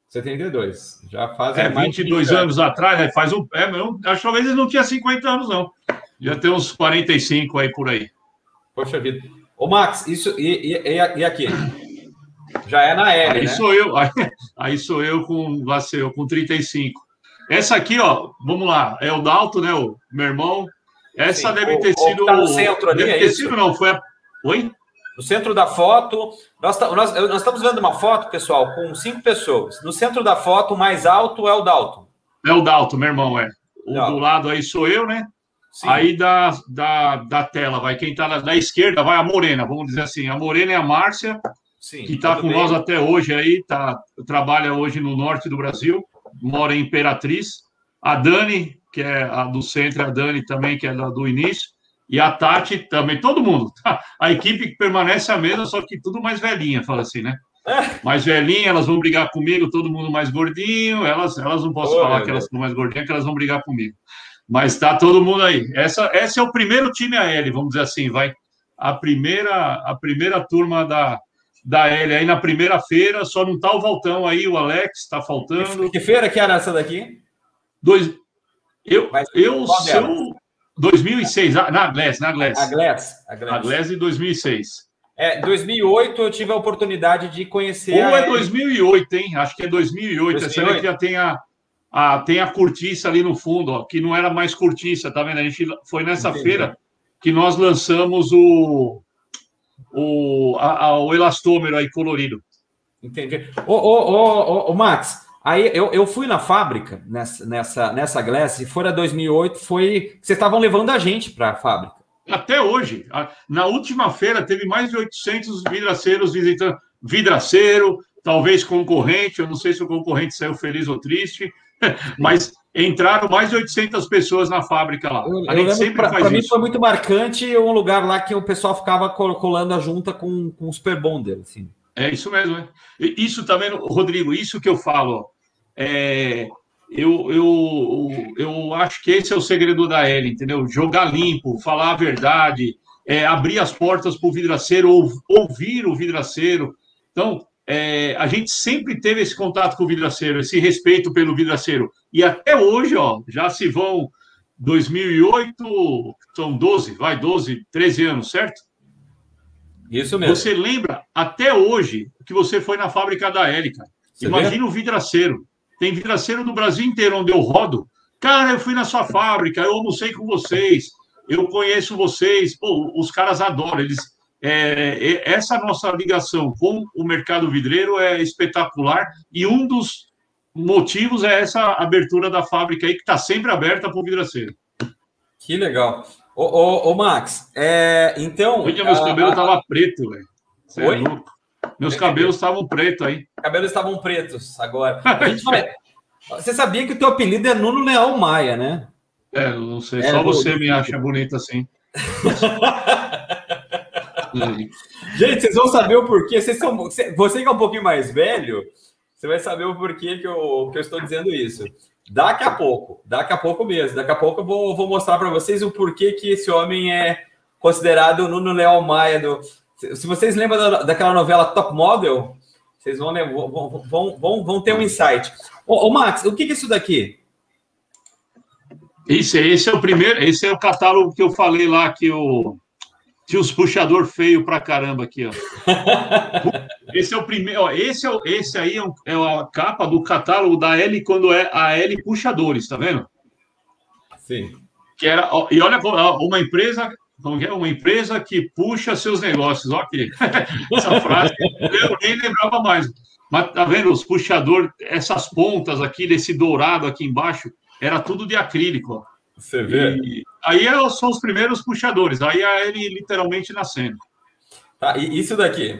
72. Já faz mais 22 anos atrás, né? Acho que talvez ele não tinha 50 anos, não. Já tem uns 45 aí por aí. Poxa vida. Ô, Max, isso e aqui? Já é na L, aí né? Sou eu, aí sou eu com 35. Essa aqui, ó, vamos lá, é o Dalton, né? O meu irmão. Essa deve ter sido. Tá no centro ali, deve ter sido, não. Foi Oi? No centro da foto, nós estamos vendo uma foto, pessoal, com 5 pessoas. No centro da foto, o mais alto é o Dalton. É o Dalton, meu irmão, é. Do lado aí sou eu, né? Sim. Aí da tela, vai quem está da esquerda, vai a Morena, vamos dizer assim. A Morena é a Márcia, sim, que está com nós até hoje aí, trabalha hoje no norte do Brasil, mora em Imperatriz. A Dani, que é a do centro, a Dani também, que é do início. E a Tati também, todo mundo. A equipe permanece a mesma, só que tudo mais velhinha, fala assim, né? Mais velhinha, elas vão brigar comigo, todo mundo mais gordinho. Elas não posso falar que elas são mais gordinhas, que elas vão brigar comigo. Mas tá todo mundo aí. Esse é o primeiro time AL, vamos dizer assim, vai. A primeira turma da L. Aí na primeira feira, só não tá o Valtão aí, o Alex tá faltando. Que feira que era essa daqui? 2006, na Glass. A Glass de 2006. 2008 eu tive a oportunidade de conhecer... Ou é 2008, hein? Acho que é 2008. Essa aí que já tem a cortiça ali no fundo, ó, que não era mais cortiça, tá vendo? A gente foi nessa feira que nós lançamos o elastômero aí colorido. Entendi. Ô, Max... Aí eu fui na fábrica, nessa Glass, e fora 2008, vocês estavam levando a gente para a fábrica. Até hoje. Na última feira, teve mais de 800 vidraceiros visitando. Vidraceiro, talvez concorrente, eu não sei se o concorrente saiu feliz ou triste, mas entraram mais de 800 pessoas na fábrica lá. A gente sempre faz isso. Para mim foi muito marcante um lugar lá que o pessoal ficava colando a junta com o Super Bonder. Assim. É isso mesmo. Né? Isso também, Rodrigo, isso que eu falo. Eu acho que esse é o segredo da L, entendeu? Jogar limpo, falar a verdade, abrir as portas para o vidraceiro, ouvir o vidraceiro. Então, a gente sempre teve esse contato com o vidraceiro, esse respeito pelo vidraceiro. E até hoje, ó, já se vão 2008, são 12, 13 anos, certo? Isso mesmo. Você lembra até hoje que você foi na fábrica da L, cara? Imagina o vidraceiro. Tem vidraceiro do Brasil inteiro onde eu rodo. Cara, eu fui na sua fábrica, eu almocei com vocês, eu conheço vocês. Pô, os caras adoram. Essa nossa ligação com o mercado vidreiro é espetacular e um dos motivos é essa abertura da fábrica aí que está sempre aberta para o vidraceiro. Que legal. Ô Max, então... Hoje meus cabelos estavam pretos, velho. Você é louco. Meus cabelos estavam pretos aí. Cabelos estavam pretos agora. Você sabia que o teu apelido é Nuno Leão Maia, né? Não sei. Só você me acha bonito assim. Gente, vocês vão saber o porquê. Você que é um pouquinho mais velho, você vai saber o porquê que eu estou dizendo isso. Daqui a pouco mesmo. Daqui a pouco eu vou mostrar para vocês o porquê que esse homem é considerado o Nuno Leão Maia. Se vocês lembram daquela novela Top Model, vocês vão ter um insight. Ô Max, o que é isso daqui? Esse é o primeiro, esse é o catálogo que eu falei lá que tinha os puxador feio pra caramba aqui, ó. Esse é o primeiro, ó, esse aí é a capa do catálogo da L quando é a L Puxadores, tá vendo? Sim. Que era, ó, e olha uma empresa, uma empresa que puxa seus negócios, ó aqui. Essa frase eu nem lembrava mais. Mas tá vendo os puxadores, essas pontas aqui desse dourado aqui embaixo, era tudo de acrílico, ó. Você vê? E aí são os primeiros puxadores. Aí ele literalmente nascendo. Tá, e isso daqui?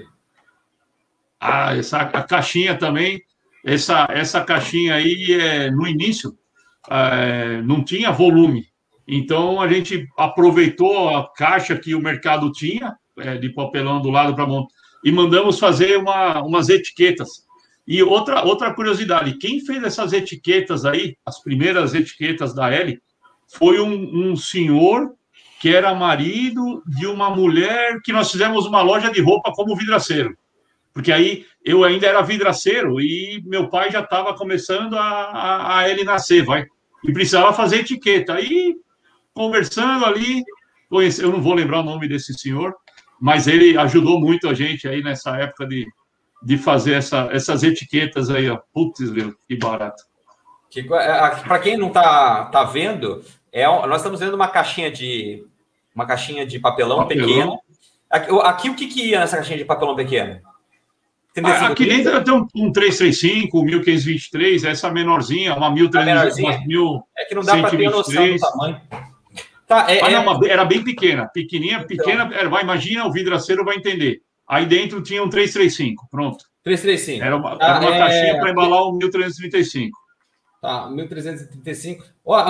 A caixinha também. Essa caixinha aí, no início, não tinha volume. Então, a gente aproveitou a caixa que o mercado tinha, de papelão do lado para montar, e mandamos fazer umas etiquetas. E outra curiosidade, quem fez essas etiquetas aí, as primeiras etiquetas da L, foi um senhor que era marido de uma mulher que nós fizemos uma loja de roupa como vidraceiro. Porque aí eu ainda era vidraceiro e meu pai já estava começando a L nascer, e precisava fazer etiqueta. Aí, conversando ali, eu não vou lembrar o nome desse senhor, mas ele ajudou muito a gente aí nessa época de fazer essas etiquetas aí, ó. Putz, meu, que barato. Para quem não tá vendo, nós estamos vendo uma caixinha de papelão pequena. Aqui o que ia nessa caixinha de papelão pequeno? Aqui dentro tem um 335, 1523, essa menorzinha, uma 1300. É que não dá para ter noção do tamanho. Tá, era bem pequena, pequena. Imagina, o vidraceiro vai entender. Aí dentro tinha um 335, pronto. 335. Era uma caixinha para embalar um 1335. Tá, 1335.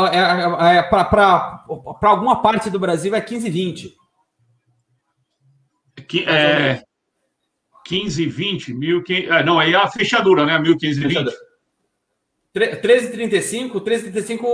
Para alguma parte do Brasil é 1520. 1520, 1500. Não, aí é a fechadura, né? 1520. 1335,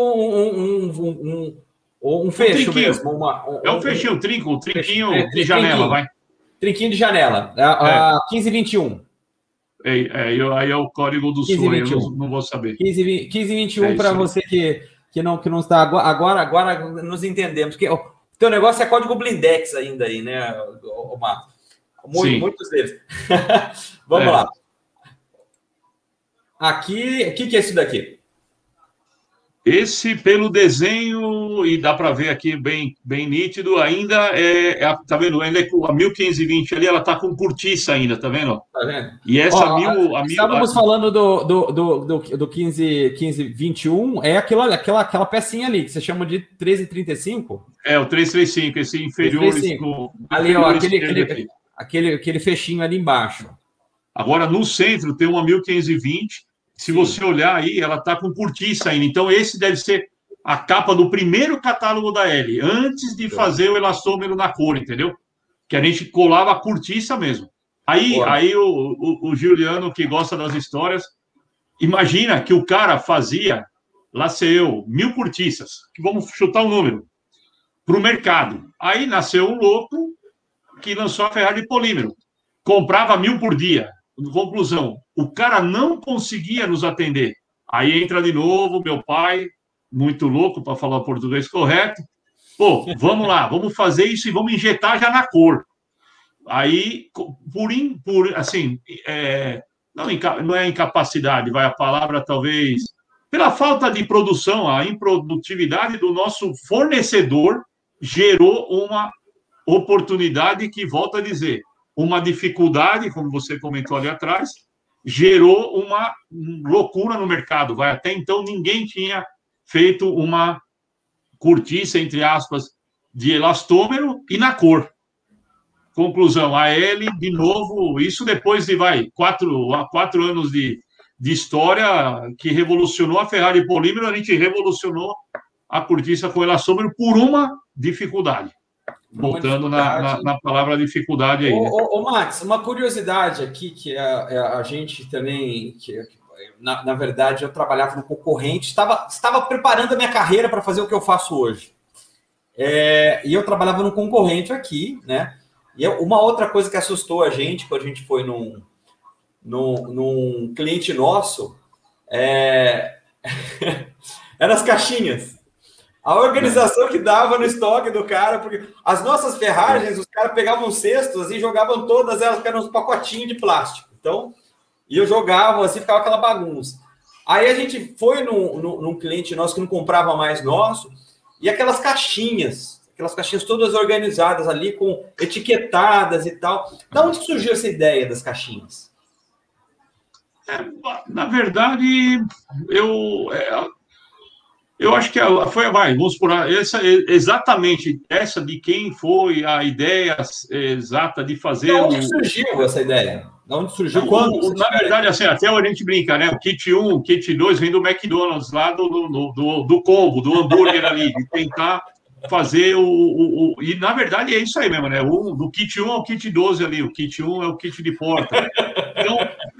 um fecho mesmo. Um fechinho, um trinquinho de janela, vai. Trinquinho de janela. 1521. Aí é o código do sul, eu não vou saber. 1521 para você que não está agora nos entendemos. Porque o teu negócio é código blindex ainda aí, né, Marcos? Muitos deles. Vamos lá. Aqui, o que é isso daqui? Esse, pelo desenho, e dá para ver aqui bem nítido, ainda tá vendo? Ainda a 1520 ali, ela tá com cortiça ainda, tá vendo? Tá vendo? E essa estávamos falando do 1521, é aquela pecinha ali, que você chama de 1335? É, o 335, esse inferior. 335. Ali, ó, aquele fechinho ali embaixo. Agora, no centro, tem uma 1520. Se você olhar aí, ela está com cortiça ainda. Então, esse deve ser a capa do primeiro catálogo da L, antes de fazer o elastômero na cor, entendeu? Que a gente colava a cortiça mesmo. Aí o Juliano, que gosta das histórias, imagina que o cara fazia, lá sei eu, 1000 cortiças, que vamos chutar um número, para o mercado. Aí nasceu um louco que lançou a Ferrari de polímero. Comprava 1000 por dia. Conclusão, o cara não conseguia nos atender. Aí entra de novo meu pai, muito louco para falar o português correto. Pô, vamos lá, vamos fazer isso e vamos injetar já na cor. Aí, assim, não é incapacidade, vai a palavra talvez, pela falta de produção, a improdutividade do nosso fornecedor gerou uma oportunidade que, volto a dizer, uma dificuldade, como você comentou ali atrás, gerou uma loucura no mercado. Até então, ninguém tinha feito uma cortiça, entre aspas, de elastômero e na cor. Conclusão, a L, de novo, isso depois de 4 anos de história, que revolucionou a Ferrari polímero, a gente revolucionou a cortiça com elastômero por uma dificuldade. Voltando na palavra dificuldade aí. Ô, Max, uma curiosidade aqui, que a gente também, na verdade, eu trabalhava no concorrente, estava preparando a minha carreira para fazer o que eu faço hoje. E eu trabalhava no concorrente aqui, né? E uma outra coisa que assustou a gente, quando a gente foi num cliente nosso, eram as caixinhas. A organização que dava no estoque do cara, porque as nossas ferragens, os caras pegavam cestos e jogavam todas elas, que eram uns pacotinhos de plástico. Então, e eu jogava assim, ficava aquela bagunça. Aí a gente foi num cliente nosso que não comprava mais nosso, e aquelas caixinhas todas organizadas ali, com etiquetadas e tal. Da onde surgiu essa ideia das caixinhas? Na verdade, eu acho que vamos por exatamente essa de quem foi a ideia exata de fazer. De onde surgiu essa ideia? De onde surgiu? Na verdade, assim, até a gente brinca, né? O kit 1, o kit 2 vem do McDonald's, lá do combo, do hambúrguer ali, de tentar fazer E, na verdade, é isso aí mesmo, né? Do kit 1 ao kit 12 ali. O kit 1 é o kit de porta. Né? Então,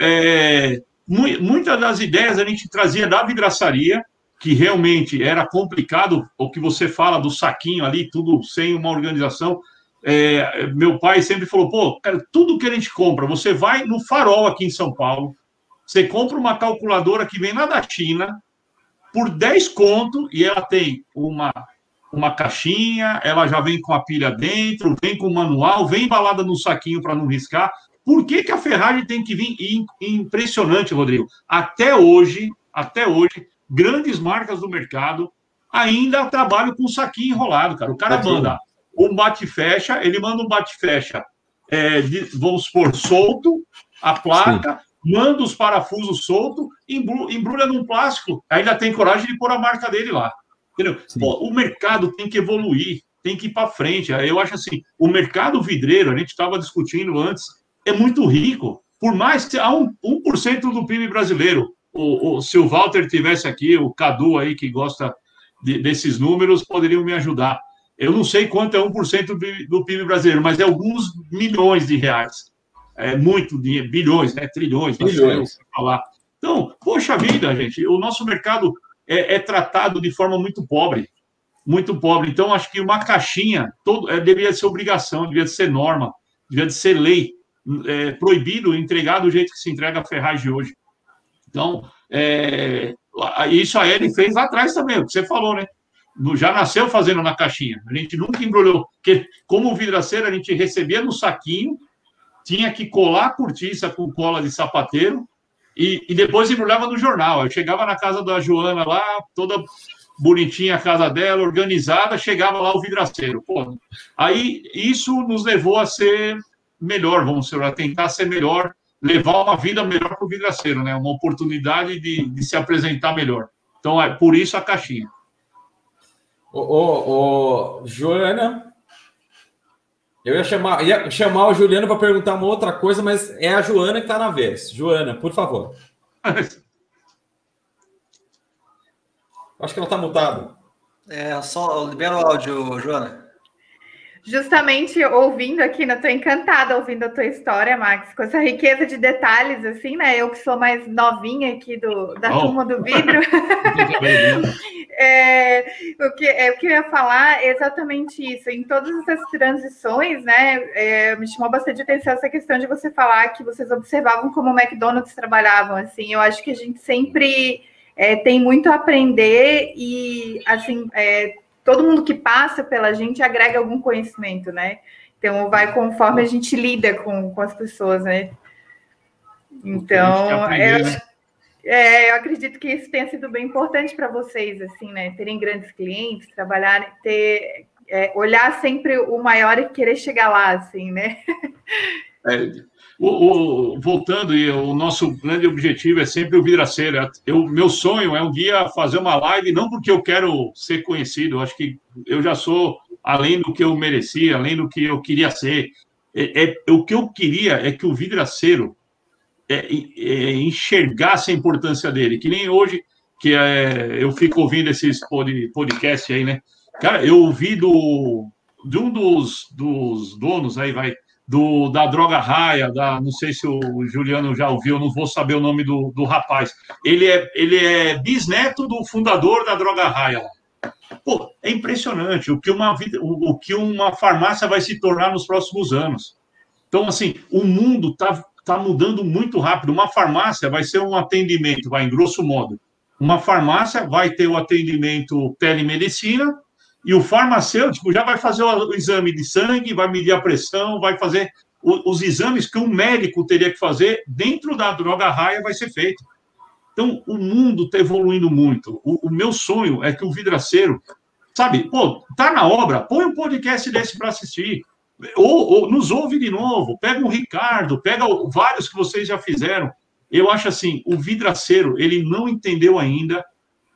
muitas das ideias a gente trazia da vidraçaria, que realmente era complicado, o que você fala do saquinho ali, tudo sem uma organização. Meu pai sempre falou, pô, cara, tudo que a gente compra, você vai no Farol aqui em São Paulo, você compra uma calculadora que vem lá da China, por 10 conto, e ela tem uma caixinha, ela já vem com a pilha dentro, vem com o manual, vem embalada no saquinho para não riscar. Por que a Ferrari tem que vir? Impressionante, Rodrigo. Até hoje, grandes marcas do mercado ainda trabalham com saquinho enrolado, cara. O cara manda um bate-fecha, ele manda um bate-fecha, vamos supor, solto, a placa, manda os parafusos soltos, embrulha num plástico, ainda tem coragem de pôr a marca dele lá. Entendeu? Pô, o mercado tem que evoluir, tem que ir para frente. Eu acho assim, o mercado vidreiro, a gente estava discutindo antes, é muito rico, por mais que há 1% do PIB brasileiro. Se o Walter tivesse aqui, o Cadu aí, que gosta desses números, poderiam me ajudar. Eu não sei quanto é 1% do PIB brasileiro, mas é alguns milhões de reais. É muito dinheiro, bilhões, né? Trilhões, não sei o que falar. Então, poxa vida, gente, o nosso mercado é tratado de forma muito pobre. Muito pobre. Então, acho que uma caixinha deveria ser obrigação, deveria ser norma, deveria ser lei. Proibido entregar do jeito que se entrega a ferragem hoje. Então, isso a L fez lá atrás também, o que você falou, né? Já nasceu fazendo na caixinha. A gente nunca embrulhou. Porque, como vidraceiro, a gente recebia no saquinho, tinha que colar a cortiça com cola de sapateiro, E depois embrulhava no jornal. Eu chegava na casa da Joana lá, toda bonitinha a casa dela, organizada, chegava lá o vidraceiro. Pô, aí isso nos levou a ser melhor, vamos dizer, a tentar ser melhor, levar uma vida melhor para o vidraceiro, né? Uma oportunidade de se apresentar melhor. Então, por isso a caixinha. Joana, eu ia chamar o Juliano para perguntar uma outra coisa, mas é a Joana que está na vez. Joana, por favor. Acho que ela está mutada. Só libera o áudio, Joana. Justamente ouvindo aqui, eu estou encantada ouvindo a tua história, Max, com essa riqueza de detalhes, assim, né? Eu que sou mais novinha aqui da turma do vidro. O que eu ia falar é exatamente isso. Em todas essas transições, né? Me chamou bastante atenção essa questão de você falar que vocês observavam como o McDonald's trabalhavam, assim. Eu acho que a gente sempre tem muito a aprender e, assim... todo mundo que passa pela gente agrega algum conhecimento, né? Então, vai conforme a gente lida com as pessoas, né? Então, eu acredito que isso tenha sido bem importante para vocês, assim, né? Terem grandes clientes, trabalharem, olhar sempre o maior e querer chegar lá, assim, né? Voltando, o nosso grande objetivo é sempre o vidraceiro. Meu sonho é um dia fazer uma live, não porque eu quero ser conhecido, eu acho que eu já sou além do que eu merecia, além do que eu queria ser. O que eu queria é que o vidraceiro enxergasse a importância dele, que nem hoje, eu fico ouvindo esses podcasts aí, né? Cara, eu ouvi de um dos donos aí, da Droga Raia, não sei se o Juliano já ouviu, não vou saber o nome do rapaz. Ele é bisneto do fundador da Droga Raia. Pô, é impressionante o que uma farmácia vai se tornar nos próximos anos. Então, assim, o mundo tá mudando muito rápido. Uma farmácia vai ser um atendimento, em grosso modo. Uma farmácia vai ter o atendimento telemedicina, e o farmacêutico já vai fazer o exame de sangue, vai medir a pressão, vai fazer os exames que um médico teria que fazer dentro da Droga Raia vai ser feito. Então, o mundo está evoluindo muito. O meu sonho é que o vidraceiro, sabe, tá na obra, põe um podcast desse para assistir. Ou nos ouve de novo, pega um Ricardo, pega vários que vocês já fizeram. Eu acho assim, o vidraceiro, ele não entendeu ainda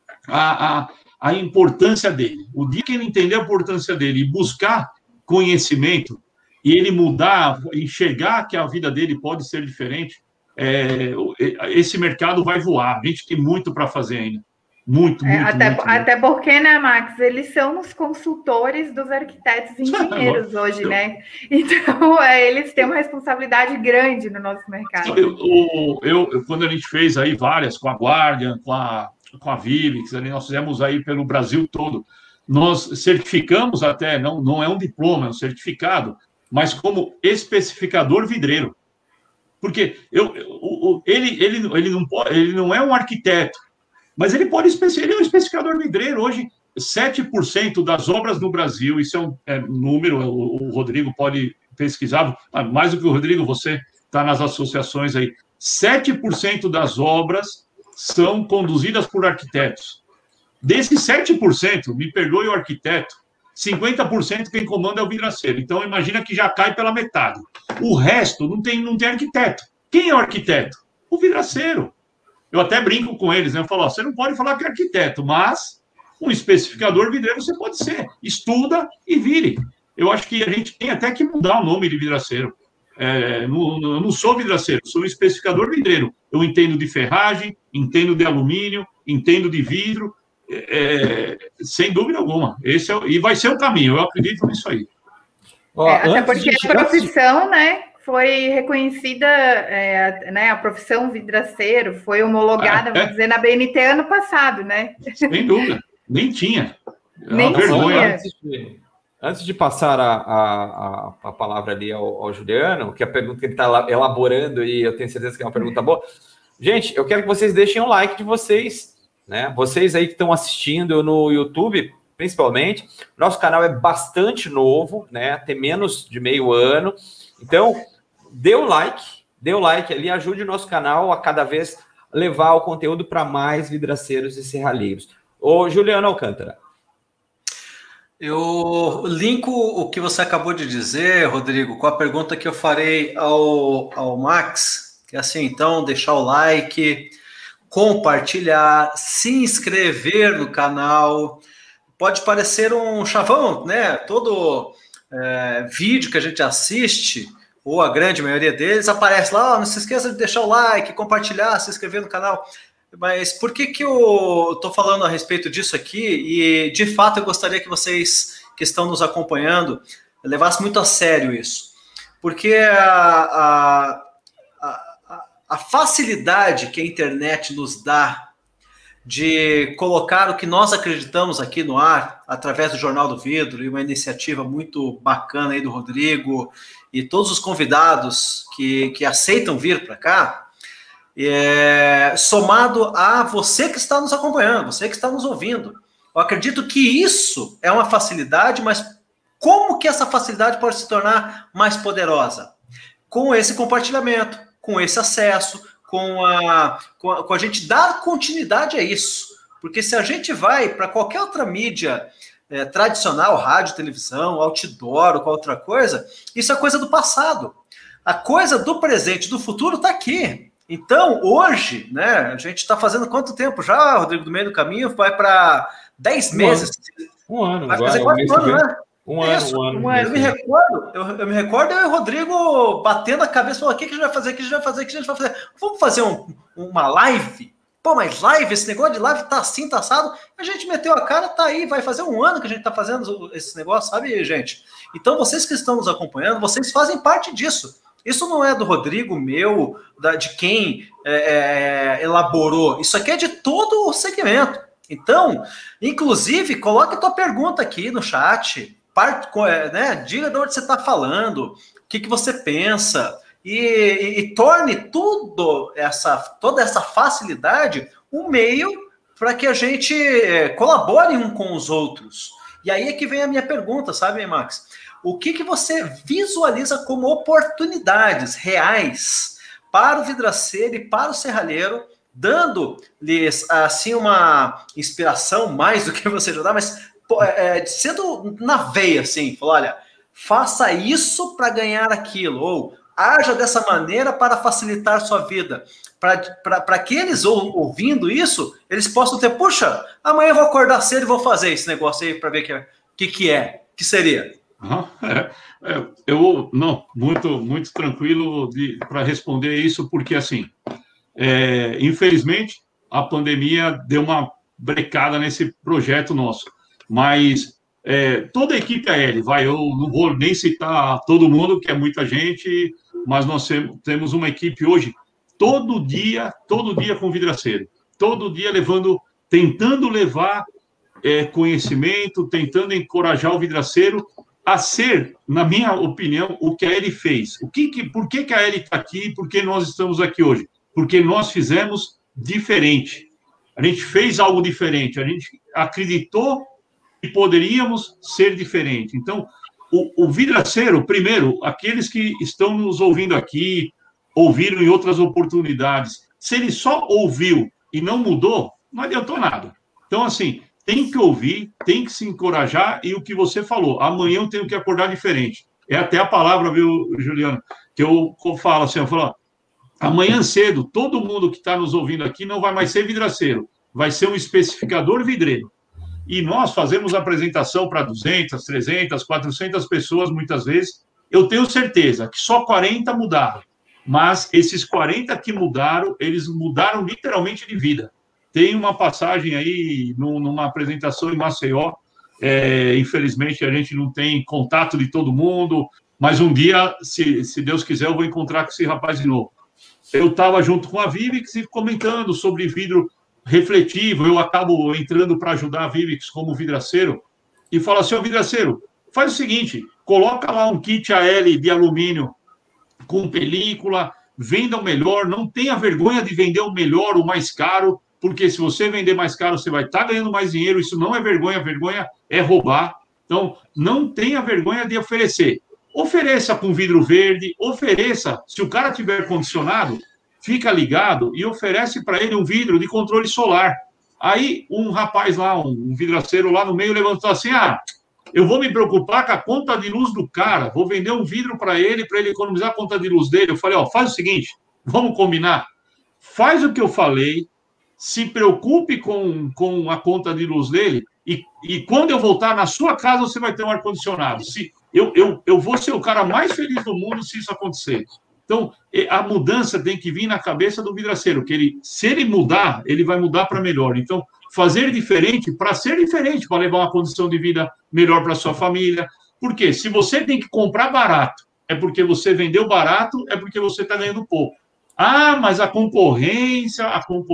a importância dele. O dia que ele entender a importância dele e buscar conhecimento, e ele mudar, enxergar que a vida dele pode ser diferente, esse mercado vai voar. A gente tem muito para fazer ainda. Muito. Até porque, né, Max, eles são os consultores dos arquitetos e engenheiros hoje, né? Então, eles têm uma responsabilidade grande no nosso mercado. Quando a gente fez aí várias, com a Guardian, com a Vivix, nós fizemos aí pelo Brasil todo. Nós certificamos até, não é um diploma, é um certificado, mas como especificador vidreiro. Porque ele não é um arquiteto, mas ele é um especificador vidreiro. Hoje, 7% das obras no Brasil, isso é um número, o Rodrigo pode pesquisar, mais do que o Rodrigo, você está nas associações aí, 7% das obras são conduzidas por arquitetos. Desses 7%, me perdoe o arquiteto, 50% quem comanda é o vidraceiro. Então, imagina que já cai pela metade. O resto não tem arquiteto. Quem é o arquiteto? O vidraceiro. Eu até brinco com eles, né? Eu falo, você não pode falar que é arquiteto, mas um especificador vidreiro você pode ser. Estuda e vire. Eu acho que a gente tem até que mudar o nome de vidraceiro. Eu não sou vidraceiro, sou um especificador vidreiro. Eu entendo de ferragem, entendo de alumínio, entendo de vidro, sem dúvida alguma. E vai ser o caminho, eu acredito nisso aí. Até porque a profissão, né, foi reconhecida, né, a profissão vidraceiro foi homologada, vamos dizer, na BNT ano passado, né? Sem dúvida, nem tinha. Nem tinha. Antes de passar a palavra ali ao Juliano, que a pergunta que ele está elaborando, e eu tenho certeza que é uma pergunta boa. Gente, eu quero que vocês deixem o like de vocês, né? Vocês aí que estão assistindo no YouTube, principalmente. Nosso canal é bastante novo, né? Tem menos de meio ano. Então, dê o like ali, ajude o nosso canal a cada vez levar o conteúdo para mais vidraceiros e serralheiros. Ô, Juliano Alcântara. Eu linko o que você acabou de dizer, Rodrigo, com a pergunta que eu farei ao Max, que é assim, então, deixar o like, compartilhar, se inscrever no canal. Pode parecer um chavão, né? Todo vídeo que a gente assiste, ou a grande maioria deles, aparece lá, não se esqueça de deixar o like, compartilhar, se inscrever no canal. Mas por que eu estou falando a respeito disso aqui? E, de fato, eu gostaria que vocês que estão nos acompanhando levassem muito a sério isso. Porque a facilidade que a internet nos dá de colocar o que nós acreditamos aqui no ar, através do Jornal do Vidro, e uma iniciativa muito bacana aí do Rodrigo, e todos os convidados que aceitam vir para cá, somado a você que está nos acompanhando, você que está nos ouvindo. Eu acredito que isso é uma facilidade, mas como que essa facilidade pode se tornar mais poderosa? Com esse compartilhamento, com esse acesso, com a gente dar continuidade a isso. Porque se a gente vai para qualquer outra mídia tradicional, rádio, televisão, outdoor ou qualquer outra coisa, isso é coisa do passado. A coisa do presente, do futuro está aqui. Então, hoje, né, a gente está fazendo quanto tempo já, Rodrigo, do meio do caminho? Vai para 10 meses. Um ano. Vai fazer 4 anos, né? Um ano. Eu me recordo, eu e o Rodrigo batendo a cabeça, falando, o que a gente vai fazer, o que a gente vai fazer, o que a gente vai fazer? Vamos fazer uma live? Pô, mas live, esse negócio de live tá assim, tá assado. A gente meteu a cara, tá aí, vai fazer um ano que a gente tá fazendo esse negócio, sabe, gente? Então, vocês que estão nos acompanhando, vocês fazem parte disso. Isso não é do Rodrigo, meu, de quem elaborou. Isso aqui é de todo o segmento. Então, inclusive, coloque a tua pergunta aqui no chat. Diga de onde você está falando, o que você pensa. E torne toda essa facilidade um meio para que a gente colabore um com os outros. E aí é que vem a minha pergunta, sabe, Max? O que você visualiza como oportunidades reais para o vidraceiro e para o serralheiro, dando-lhes assim uma inspiração mais do que você já dá, mas sendo na veia, assim, falar, olha, faça isso para ganhar aquilo, ou haja dessa maneira para facilitar sua vida, para que eles, ouvindo isso, eles possam ter, puxa, amanhã eu vou acordar cedo e vou fazer esse negócio aí para ver o que seria. Muito tranquilo para responder isso, porque assim, infelizmente a pandemia deu uma brecada nesse projeto nosso, mas toda a equipe AL, eu não vou nem citar todo mundo, que é muita gente, mas nós temos uma equipe hoje, todo dia com vidraceiro, todo dia tentando levar conhecimento, tentando encorajar o vidraceiro a ser, na minha opinião, o que a AL fez. Por que a AL está aqui? Por que nós estamos aqui hoje? Porque nós fizemos diferente. A gente fez algo diferente. A gente acreditou que poderíamos ser diferente. Então, o vidraceiro, primeiro, aqueles que estão nos ouvindo aqui, ouviram em outras oportunidades, se ele só ouviu e não mudou, não adiantou nada. Então, assim, tem que ouvir, tem que se encorajar, e o que você falou, amanhã eu tenho que acordar diferente. É até a palavra, viu, Juliano, que eu falo assim, amanhã cedo, todo mundo que está nos ouvindo aqui não vai mais ser vidraceiro, vai ser um especificador vidreiro. E nós fazemos apresentação para 200, 300, 400 pessoas, muitas vezes. Eu tenho certeza que só 40 mudaram, mas esses 40 que mudaram, eles mudaram literalmente de vida. Tem uma passagem aí, numa apresentação em Maceió, infelizmente a gente não tem contato de todo mundo, mas um dia, se Deus quiser, eu vou encontrar com esse rapaz de novo. Eu estava junto com a Vivix e comentando sobre vidro refletivo, eu acabo entrando para ajudar a Vivix como vidraceiro, e falo assim, vidraceiro, faz o seguinte, coloca lá um kit AL de alumínio com película, venda o melhor, não tenha vergonha de vender o melhor, o mais caro, porque se você vender mais caro, você vai estar ganhando mais dinheiro, isso não é vergonha, vergonha é roubar. Então, não tenha vergonha de oferecer. Ofereça com vidro verde, ofereça, se o cara tiver condicionado, fica ligado e oferece para ele um vidro de controle solar. Aí um rapaz lá, um vidraceiro lá no meio levantou assim, eu vou me preocupar com a conta de luz do cara, vou vender um vidro para ele economizar a conta de luz dele. Eu falei, faz o seguinte, vamos combinar, faz o que eu falei, se preocupe com a conta de luz dele e quando eu voltar na sua casa, você vai ter um ar-condicionado. Eu vou ser o cara mais feliz do mundo se isso acontecer. Então, a mudança tem que vir na cabeça do vidraceiro, que se ele mudar, ele vai mudar para melhor. Então, fazer diferente para ser diferente, para levar uma condição de vida melhor para sua família. Porque se você tem que comprar barato, é porque você vendeu barato, é porque você está ganhando pouco. Mas a concorrência,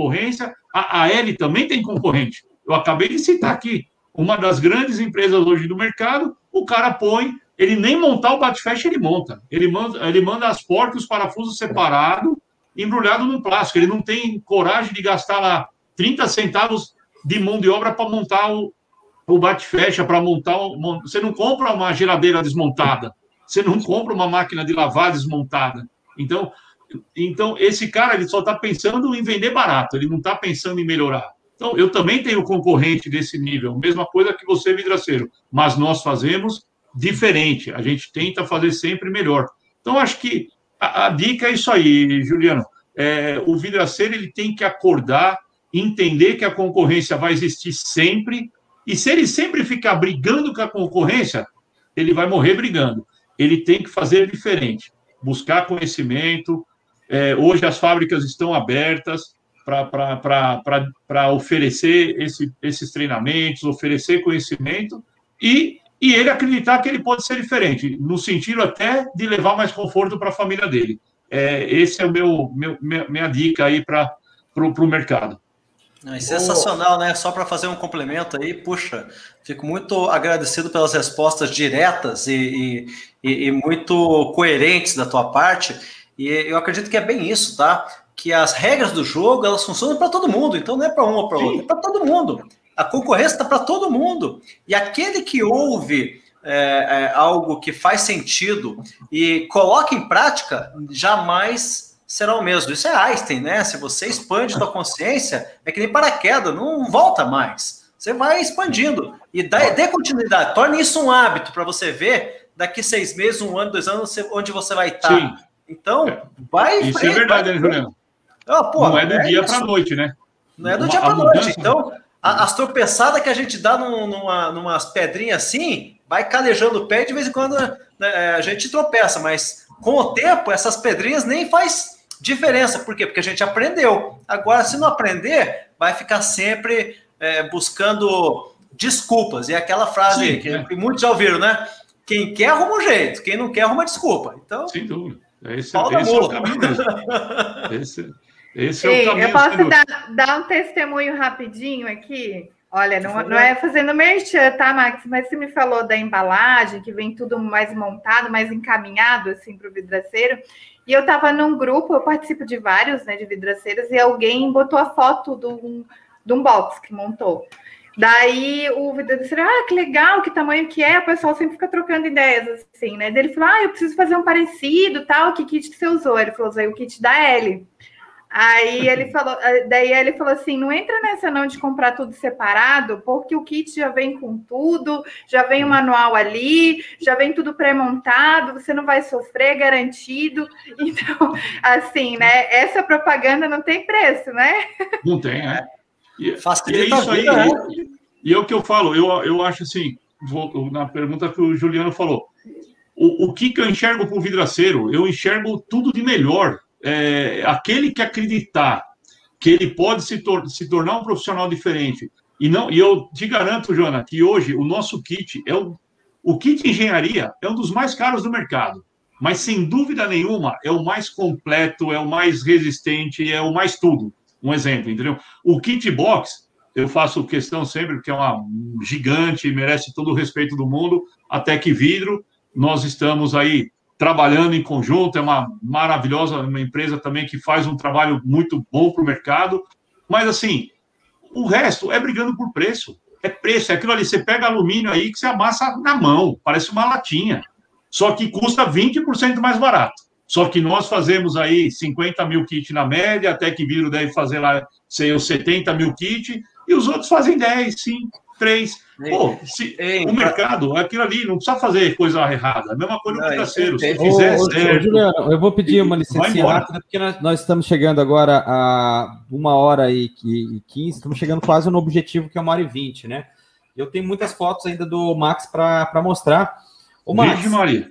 a L também tem concorrente. Eu acabei de citar aqui, uma das grandes empresas hoje do mercado, o cara põe, ele nem montar o bate-fecha, ele monta. Ele manda as porcas, os parafusos separados, embrulhado no plástico. Ele não tem coragem de gastar lá 30 centavos de mão de obra para montar o bate-fecha, para montar... Você não compra uma geladeira desmontada, você não compra uma máquina de lavar desmontada. Então esse cara, ele só está pensando em vender barato, ele não está pensando em melhorar. Então, eu também tenho concorrente desse nível, mesma coisa que você, vidraceiro, mas nós fazemos diferente, a gente tenta fazer sempre melhor. Então, acho que a dica é isso aí, Juliano. O vidraceiro, ele tem que acordar, entender que a concorrência vai existir sempre, e se ele sempre ficar brigando com a concorrência, ele vai morrer brigando. Ele tem que fazer diferente, buscar conhecimento. Hoje as fábricas estão abertas para oferecer esses treinamentos, oferecer conhecimento e ele acreditar que ele pode ser diferente, no sentido até de levar mais conforto para a família dele. Esse é minha dica aí para o mercado. Sensacional, né? Só para fazer um complemento aí, puxa, fico muito agradecido pelas respostas diretas e muito coerentes da tua parte, e eu acredito que é bem isso, tá? Que as regras do jogo, elas funcionam para todo mundo, então não é para um ou para outro, é para todo mundo. A concorrência está para todo mundo, e aquele que ouve algo que faz sentido e coloca em prática, jamais será o mesmo. Isso é Einstein, né? Se você expande sua consciência, é que nem paraquedas, não volta mais. Você vai expandindo e dê continuidade. Torne isso um hábito para você ver daqui 6 meses, 1 ano, 2 anos, onde você vai estar. Sim. Então, vai... Isso é verdade, né, Juliano? Não é do dia para a noite, né? Não é do dia para a noite. Então, as tropeçadas que a gente dá numas pedrinhas assim, vai calejando o pé e de vez em quando a gente tropeça, mas com o tempo, essas pedrinhas nem faz diferença. Por quê? Porque a gente aprendeu. Agora, se não aprender, vai ficar sempre buscando desculpas. E aquela frase que muitos já ouviram, né? Quem quer arruma um jeito, quem não quer arruma desculpa. Então, sem dúvida. Esse é o caminho mesmo. Esse é o caminho. Eu posso dar um testemunho rapidinho aqui? Olha, não é fazendo merchan, tá, Max? Mas você me falou da embalagem, que vem tudo mais montado, mais encaminhado, assim, para o vidraceiro. E eu estava num grupo, eu participo de vários, né, de vidraceiros, e alguém botou a foto de um box que montou. Daí o vidraceiro, que legal, que tamanho que é? O pessoal sempre fica trocando ideias, assim, né? Daí ele falou, eu preciso fazer um parecido, tal, que kit que você usou? Ele falou, usei o kit da L. Aí ele falou assim, não entra nessa não de comprar tudo separado, porque o kit já vem com tudo, já vem o manual ali, já vem tudo pré-montado, você não vai sofrer, garantido. Então, assim, né? Essa propaganda não tem preço, né? Não tem, né? Facilita isso aí, né? E é o que eu falo, eu acho assim, na pergunta que o Juliano falou, o que eu enxergo para o vidraceiro? Eu enxergo tudo de melhor. Aquele que acreditar que ele pode se tornar um profissional diferente. E eu te garanto, Joana, que hoje o nosso kit o kit engenharia é um dos mais caros do mercado, mas sem dúvida nenhuma é o mais completo, é o mais resistente, é o mais tudo. Um exemplo, entendeu? O kit box, eu faço questão sempre, porque é uma gigante, merece todo o respeito do mundo, até que vidro, nós estamos aí trabalhando em conjunto, é uma maravilhosa, uma empresa também que faz um trabalho muito bom para o mercado, mas assim, o resto é brigando por preço, é aquilo ali, você pega alumínio aí que você amassa na mão, parece uma latinha, só que custa 20% mais barato. Só que nós fazemos aí 50 mil kits na média, até que Vidro deve fazer lá, sei eu, 70 mil kits, e os outros fazem 10, 5, 3. Pô, o mercado, aquilo ali, não precisa fazer coisa errada. A mesma coisa no vidraceiro. Se fizer certo... Juliano, eu vou pedir uma licença rápida, porque nós estamos chegando agora a 1h15, estamos chegando quase no objetivo, que é 1h20, né? Eu tenho muitas fotos ainda do Max para mostrar. O Max, Virgem Maria.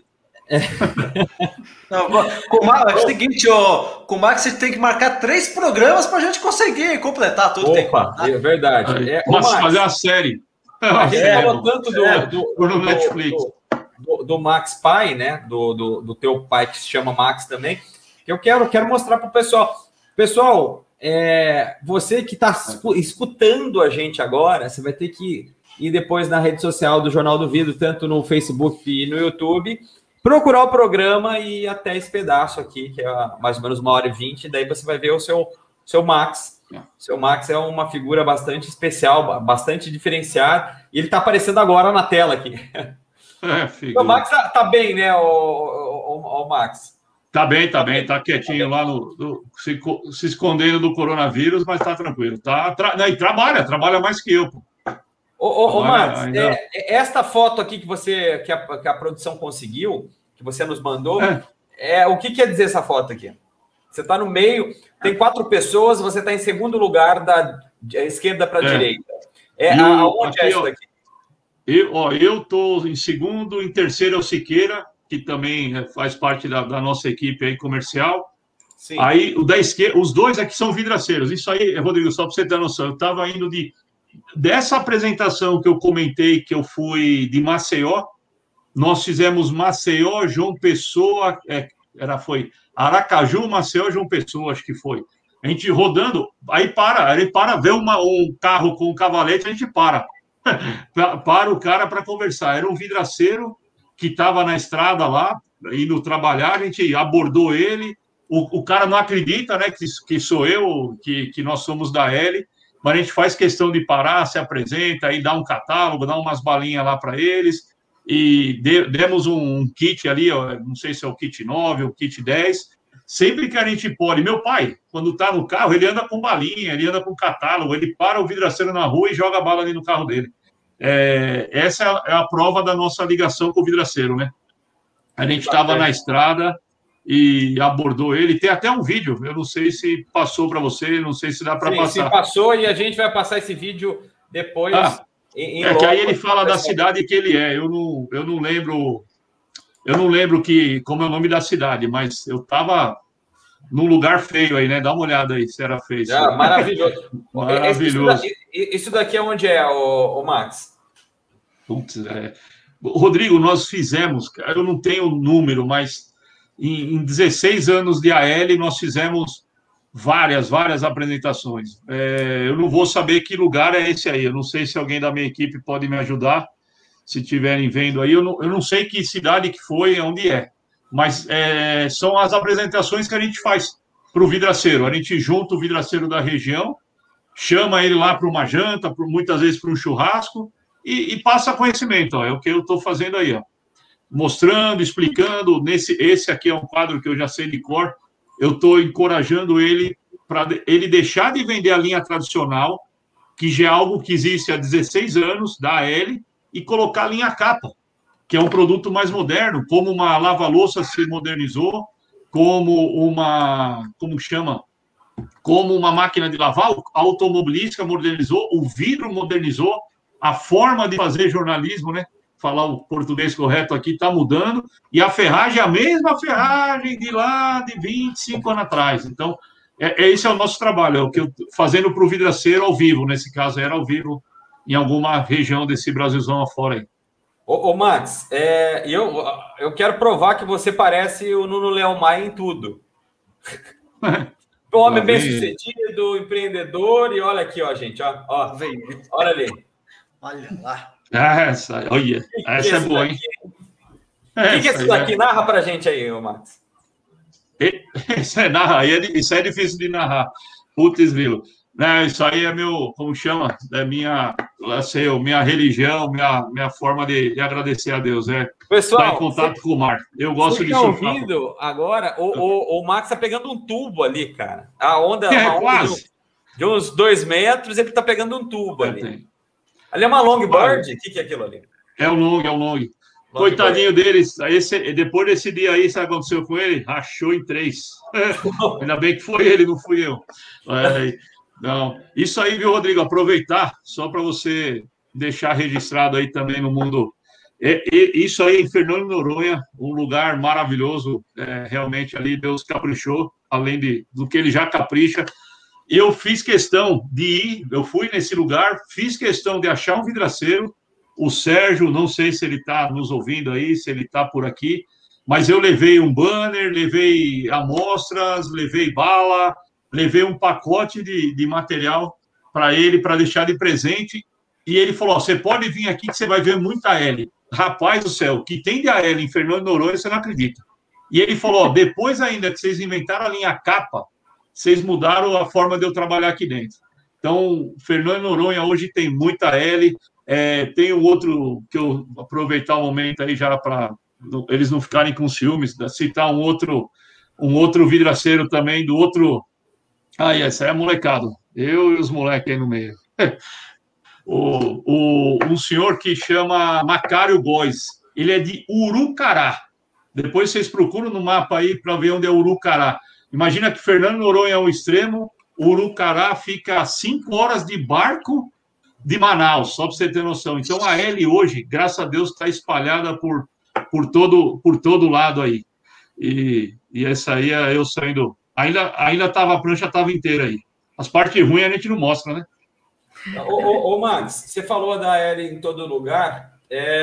Não, é o seguinte, com o Max você tem que marcar 3 programas para a gente conseguir completar tudo. Opa, é verdade. Mas fazer a série. A gente falou tanto do Netflix. Do Max pai, né? Do teu pai, que se chama Max também. Que eu quero mostrar para o pessoal. Pessoal, você que está escutando a gente agora, você vai ter que ir depois na rede social do Jornal do Vidro, tanto no Facebook e no YouTube, procurar o programa e ir até esse pedaço aqui, que é mais ou menos 1h20, daí você vai ver o seu Max. Seu Max é uma figura bastante especial, bastante diferenciada, e ele está aparecendo agora na tela aqui. O Max tá bem, né, o Max? Tá bem, tá quietinho lá se escondendo do coronavírus, mas tá tranquilo. E trabalha mais que eu, pô. Max, esta foto aqui que a produção conseguiu, que você nos mandou, o que quer dizer essa foto aqui? Você está no meio, tem 4 pessoas, você está em segundo lugar da esquerda para a direita. Aonde é isso daqui? Eu estou em segundo, em terceiro é o Siqueira, que também faz parte da nossa equipe aí comercial. Sim. Aí o da esquerda, os dois aqui são vidraceiros. Isso aí, Rodrigo, só para você ter noção, eu estava indo dessa apresentação que eu comentei, que eu fui de Maceió, nós fizemos Maceió, João Pessoa, foi Aracaju, Maceió, João Pessoa, acho que foi. A gente rodando, aí para, vê um carro com um cavalete, a gente para o cara para conversar. Era um vidraceiro que estava na estrada lá, indo trabalhar, a gente abordou ele, o cara não acredita, né, que sou eu, que nós somos da L, mas a gente faz questão de parar, se apresenta, aí dá um catálogo, dá umas balinhas lá para eles, e demos um kit ali, não sei se é o kit 9 ou o kit 10, sempre que a gente pode. Meu pai, quando está no carro, ele anda com balinha, ele anda com catálogo, ele para o vidraceiro na rua e joga a bala ali no carro dele. Essa é a prova da nossa ligação com o vidraceiro, né? A gente estava na estrada e abordou ele. Tem até um vídeo, eu não sei se passou para você, não sei se dá para passar. Sim, passou, e a gente vai passar esse vídeo depois. Que aí ele fala da cidade que ele é. Eu não lembro como é o nome da cidade, mas eu estava num lugar feio aí, né? Dá uma olhada aí, se era feio. Maravilhoso. Maravilhoso. Isso daqui é onde é, o Max? Putz, Rodrigo, nós fizemos, eu não tenho o número, mas em 16 anos de AL, nós fizemos várias apresentações. Eu não vou saber que lugar é esse aí, eu não sei se alguém da minha equipe pode me ajudar, se estiverem vendo aí, eu não sei que cidade que foi, onde é, mas são as apresentações que a gente faz para o vidraceiro. A gente junta o vidraceiro da região, chama ele lá para uma janta, muitas vezes para um churrasco, e passa conhecimento. É o que eu estou fazendo aí, mostrando, explicando. Esse aqui é um quadro que eu já sei de cor. Eu estou encorajando ele para ele deixar de vender a linha tradicional, que já é algo que existe há 16 anos, da AL, e colocar a linha capa, que é um produto mais moderno, como uma lava-louça se modernizou, como uma máquina de lavar, a automobilística modernizou, o vidro modernizou, a forma de fazer jornalismo, né? Falar o português correto aqui, está mudando, e a ferragem é a mesma ferragem de lá de 25 anos atrás. Então, esse é o nosso trabalho, é o que eu fazendo para o vidraceiro ao vivo, nesse caso era ao vivo, em alguma região desse Brasilzão afora aí. Ô Max, eu quero provar que você parece o Nuno Leão Maia em tudo. Homem bem-sucedido, empreendedor, e olha aqui, ó, gente, ó, olha ali. Olha lá. Essa é boa, hein? O que é isso daqui? Narra pra gente aí, ô Max. Isso é difícil de narrar. Putz, Vilo. Né, isso aí é meu, como chama? É minha religião, minha forma de agradecer a Deus. Pessoal, estar em contato com o mar. Eu gosto de surfar. Ouvindo agora, o Max está pegando um tubo ali, cara. A onda, quase. De uns 2 metros, ele está pegando um tubo ali. Ali é uma longboard? O que é aquilo ali? É um long. Coitadinho deles. Depois desse dia aí, sabe o que aconteceu com ele? Rachou em 3. Ainda bem que foi ele, não fui eu. Não. Isso aí, viu, Rodrigo? Aproveitar, só para você deixar registrado aí também no mundo. Isso aí em Fernando de Noronha, um lugar maravilhoso. Realmente ali Deus caprichou, além do que ele já capricha. Eu fiz questão de ir, eu fui nesse lugar, fiz questão de achar um vidraceiro. O Sérgio, não sei se ele está nos ouvindo aí, se ele está por aqui, mas eu levei um banner, levei amostras, levei bala, levei um pacote de material para ele, para deixar de presente, e ele falou, você pode vir aqui que você vai ver muita L. Rapaz do céu, o que tem de AL em Fernando de Noronha, você não acredita. E ele falou, depois ainda que vocês inventaram a linha capa, vocês mudaram a forma de eu trabalhar aqui dentro. Então, Fernando de Noronha hoje tem muita L. Tem um outro que eu aproveitar o momento aí já para eles não ficarem com ciúmes, citar um outro vidraceiro também do outro. Essa é a molecada. Eu e os moleques aí no meio. Um senhor que chama Macário Góes. Ele é de Urucará. Depois vocês procuram no mapa aí para ver onde é Urucará. Imagina que Fernando de Noronha é um extremo, Urucará fica a 5 horas de barco de Manaus, só para você ter noção. Então, a L hoje, graças a Deus, está espalhada por todo lado aí. E essa aí, eu saindo... Ainda a prancha estava inteira aí. As partes ruins a gente não mostra, né? Ô Max, você falou da L em todo lugar,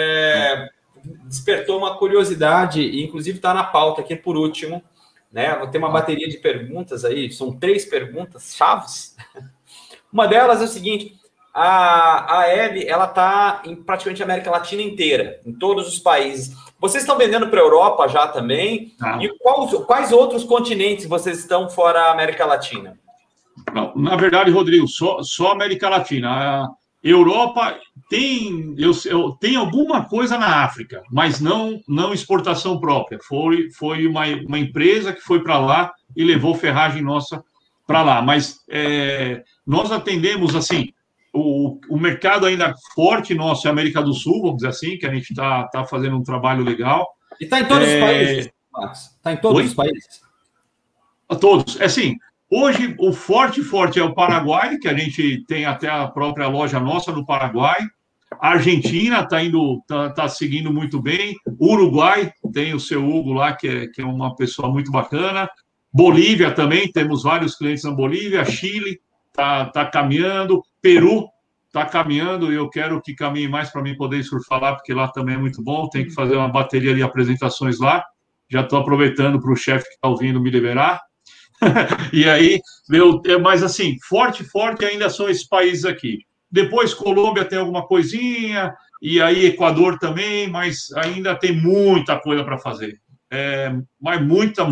despertou uma curiosidade, e inclusive está na pauta aqui por último, né? Vou ter uma bateria de perguntas aí, são 3 perguntas chaves. Uma delas é o seguinte: a L, ela está em praticamente a América Latina inteira, em todos os países. Vocês estão vendendo para a Europa já também? E quais outros continentes vocês estão fora a América Latina? Não, na verdade, Rodrigo, só América Latina. A Europa tem alguma coisa na África, mas não exportação própria. Foi uma empresa que foi para lá e levou ferragem nossa para lá. Mas nós atendemos, assim, o mercado ainda forte nosso é a América do Sul, vamos dizer assim, que a gente está fazendo um trabalho legal. E está em todos os países, Max? Está em todos os países? Todos. Assim, hoje o forte é o Paraguai, que a gente tem até a própria loja nossa no Paraguai. A Argentina está seguindo muito bem. O Uruguai tem o seu Hugo lá, que é uma pessoa muito bacana. Bolívia também, temos vários clientes na Bolívia. Chile está caminhando. Peru está caminhando, e eu quero que caminhe mais para mim poder surfar lá, porque lá também é muito bom. Tem que fazer uma bateria de apresentações lá. Já estou aproveitando para o chefe que está ouvindo me liberar. E aí, mas assim, forte ainda são esses países aqui. Depois, Colômbia tem alguma coisinha, e aí Equador também, mas ainda tem muita coisa para fazer. Mas muita.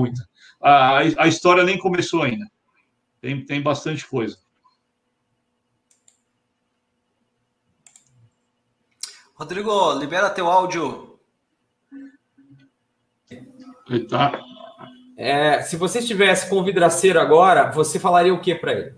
A história nem começou ainda. Tem bastante coisa. Rodrigo, libera teu áudio. Tá. Se você estivesse com o vidraceiro agora, você falaria o que para ele?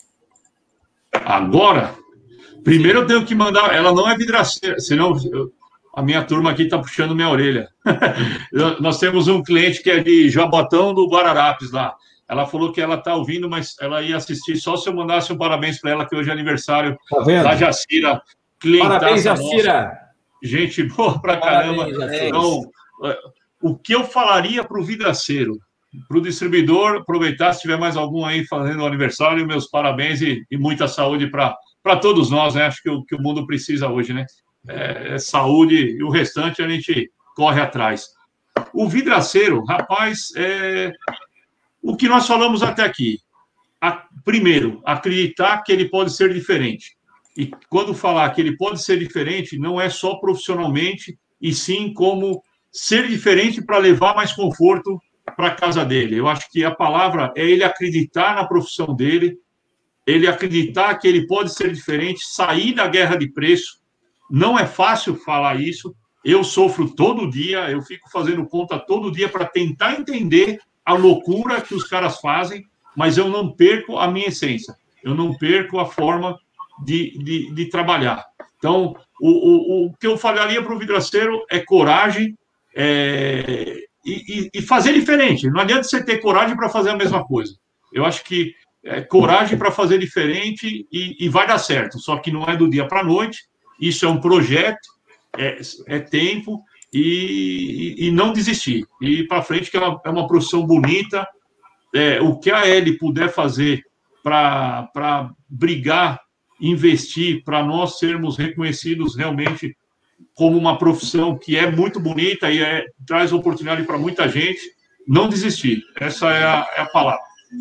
Agora? Primeiro eu tenho que mandar... Ela não é vidraceira, senão a minha turma aqui está puxando minha orelha. Nós temos um cliente que é de Jabotão do Guararapes lá. Ela falou que ela está ouvindo, mas ela ia assistir só se eu mandasse um parabéns para ela, que hoje é aniversário da Jacira. Parabéns, Jacira! Nossa. Gente boa pra caramba. Então, o que eu falaria para o vidraceiro? Para o distribuidor, aproveitar, se tiver mais algum aí fazendo aniversário, meus parabéns e muita saúde para todos nós, né? Acho que o mundo precisa hoje, né? Saúde, e o restante a gente corre atrás. O vidraceiro, rapaz, o que nós falamos até aqui. Primeiro, acreditar que ele pode ser diferente. E quando falar que ele pode ser diferente, não é só profissionalmente, e sim como ser diferente para levar mais conforto para a casa dele. Eu acho que a palavra é ele acreditar na profissão dele, ele acreditar que ele pode ser diferente, sair da guerra de preço. Não é fácil falar isso. Eu sofro todo dia, eu fico fazendo conta todo dia para tentar entender a loucura que os caras fazem, mas eu não perco a minha essência, eu não perco a forma de trabalhar. Então, o que eu falaria para o vidraceiro é coragem e fazer diferente. Não adianta você ter coragem para fazer a mesma coisa. Eu acho que coragem para fazer diferente e vai dar certo, só que não é do dia para a noite, isso é um projeto, é tempo e não desistir. E para frente, que é uma profissão bonita. O que a Eli puder fazer para brigar, investir, para nós sermos reconhecidos realmente como uma profissão que é muito bonita e traz oportunidade para muita gente, não desistir. Essa é a palavra.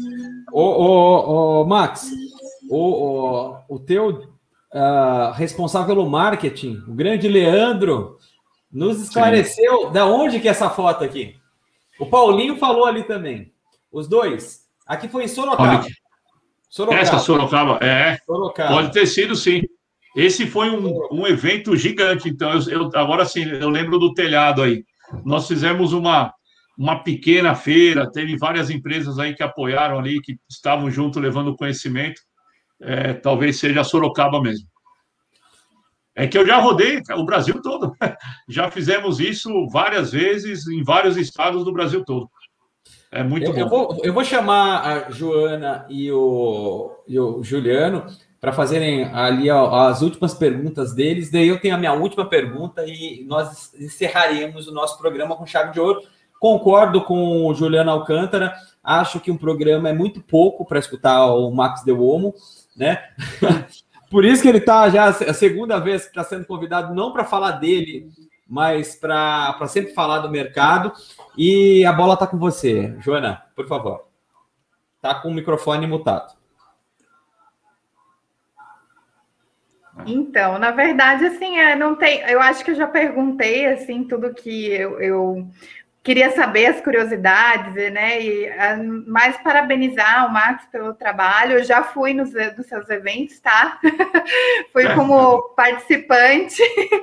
Max, o teu responsável pelo marketing, o grande Leandro, nos esclareceu da onde que é essa foto aqui. O Paulinho falou ali também. Os dois. Aqui foi em Sorocaba. Essa Sorocaba, Sorocaba. Pode ter sido, sim. Esse foi um evento gigante. Então, agora sim, eu lembro do telhado aí. Nós fizemos uma pequena feira, teve várias empresas aí que apoiaram ali, que estavam junto levando conhecimento. Talvez seja a Sorocaba mesmo. É que eu já rodei o Brasil todo. Já fizemos isso várias vezes em vários estados do Brasil todo. É muito bom. Eu vou chamar a Joana e o Juliano para fazerem ali as últimas perguntas deles. Daí eu tenho a minha última pergunta e nós encerraremos o nosso programa com chave de ouro. Concordo com o Juliano Alcântara. Acho que um programa é muito pouco para escutar o Max Delhomme, né? Por isso que ele está já a segunda vez que está sendo convidado, não para falar dele, mas para sempre falar do mercado. E a bola está com você, Joana, por favor. Está com o microfone mutado. Então, na verdade, assim, não tem. Eu acho que eu já perguntei assim tudo que eu queria saber, as curiosidades, né? E mais parabenizar o Max pelo trabalho. Eu já fui nos seus eventos, tá? Fui como participante.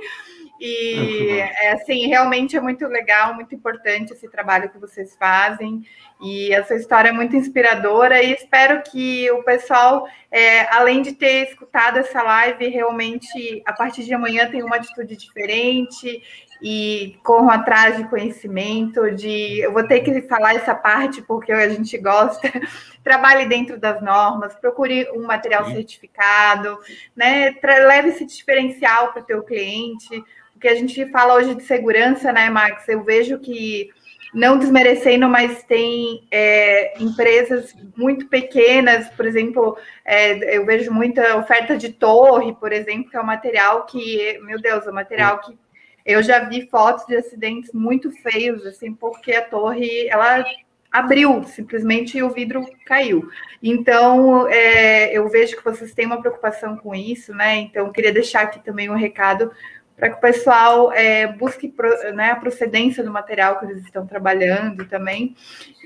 E, assim, realmente é muito legal, muito importante esse trabalho que vocês fazem. E essa história é muito inspiradora. E espero que o pessoal, além de ter escutado essa live, realmente, a partir de amanhã, tenha uma atitude diferente e corram atrás de conhecimento. Eu vou ter que falar essa parte, porque a gente gosta. Trabalhe dentro das normas, procure um material certificado, né? Leve esse diferencial para o teu cliente. Que a gente fala hoje de segurança, né, Max? Eu vejo que, não desmerecendo, mas tem empresas muito pequenas, por exemplo, eu vejo muita oferta de torre, por exemplo, que é um material que, meu Deus, é um material que eu já vi fotos de acidentes muito feios, assim, porque a torre, ela abriu simplesmente e o vidro caiu. Então, eu vejo que vocês têm uma preocupação com isso, né? Então, eu queria deixar aqui também um recado para que o pessoal busque, né, a procedência do material que eles estão trabalhando também.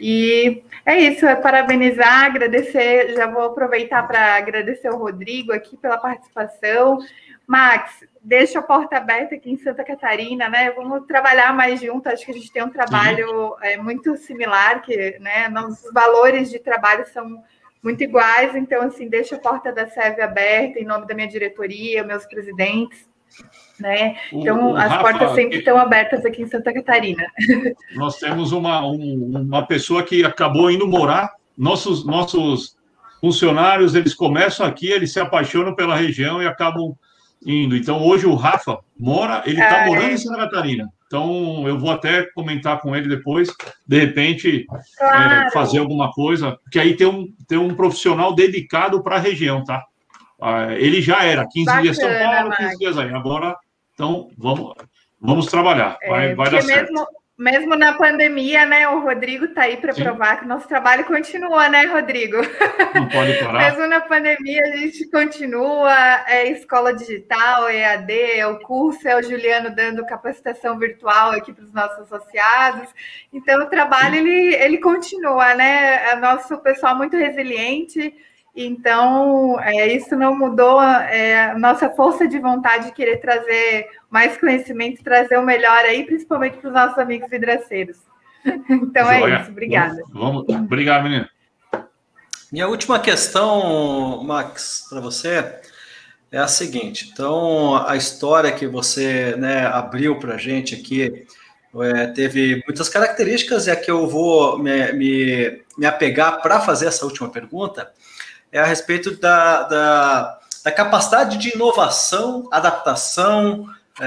E é isso, parabenizar, agradecer. Já vou aproveitar para agradecer o Rodrigo aqui pela participação. Max, deixa a porta aberta aqui em Santa Catarina, né? Vamos trabalhar mais junto. Acho que a gente tem um trabalho muito similar, que, né, nossos valores de trabalho são muito iguais. Então, assim, deixa a porta da SEV aberta em nome da minha diretoria, meus presidentes. Né? Então, as Rafa, portas sempre estão abertas aqui em Santa Catarina. Nós temos uma pessoa que acabou indo morar. Nossos funcionários, eles começam aqui, eles se apaixonam pela região e acabam indo. Então, hoje o Rafa ele está morando em Santa Catarina. Então, eu vou até comentar com ele depois, de repente, fazer alguma coisa, porque aí tem um profissional dedicado para a região, tá? Ele já era 15 dias São Paulo, 15 dias aí. Agora, então, vamos trabalhar. Vai dar certo. Mesmo na pandemia, né? O Rodrigo está aí para provar que o nosso trabalho continua, né, Rodrigo? Não pode parar. Mesmo na pandemia, a gente continua. Escola digital, EAD, o curso, o Juliano dando capacitação virtual aqui para os nossos associados. Então, o trabalho, ele continua, né? É nosso pessoal muito resiliente. Então, isso não mudou a nossa força de vontade de querer trazer mais conhecimento, trazer o melhor aí, principalmente para os nossos amigos vidraceiros. Então, Joia. é isso. Obrigada. Obrigado, menina. Minha última questão, Max, para você é a seguinte. Então, a história que você, né, abriu para a gente aqui teve muitas características, e a que eu vou me apegar para fazer essa última pergunta é a respeito da capacidade de inovação, adaptação,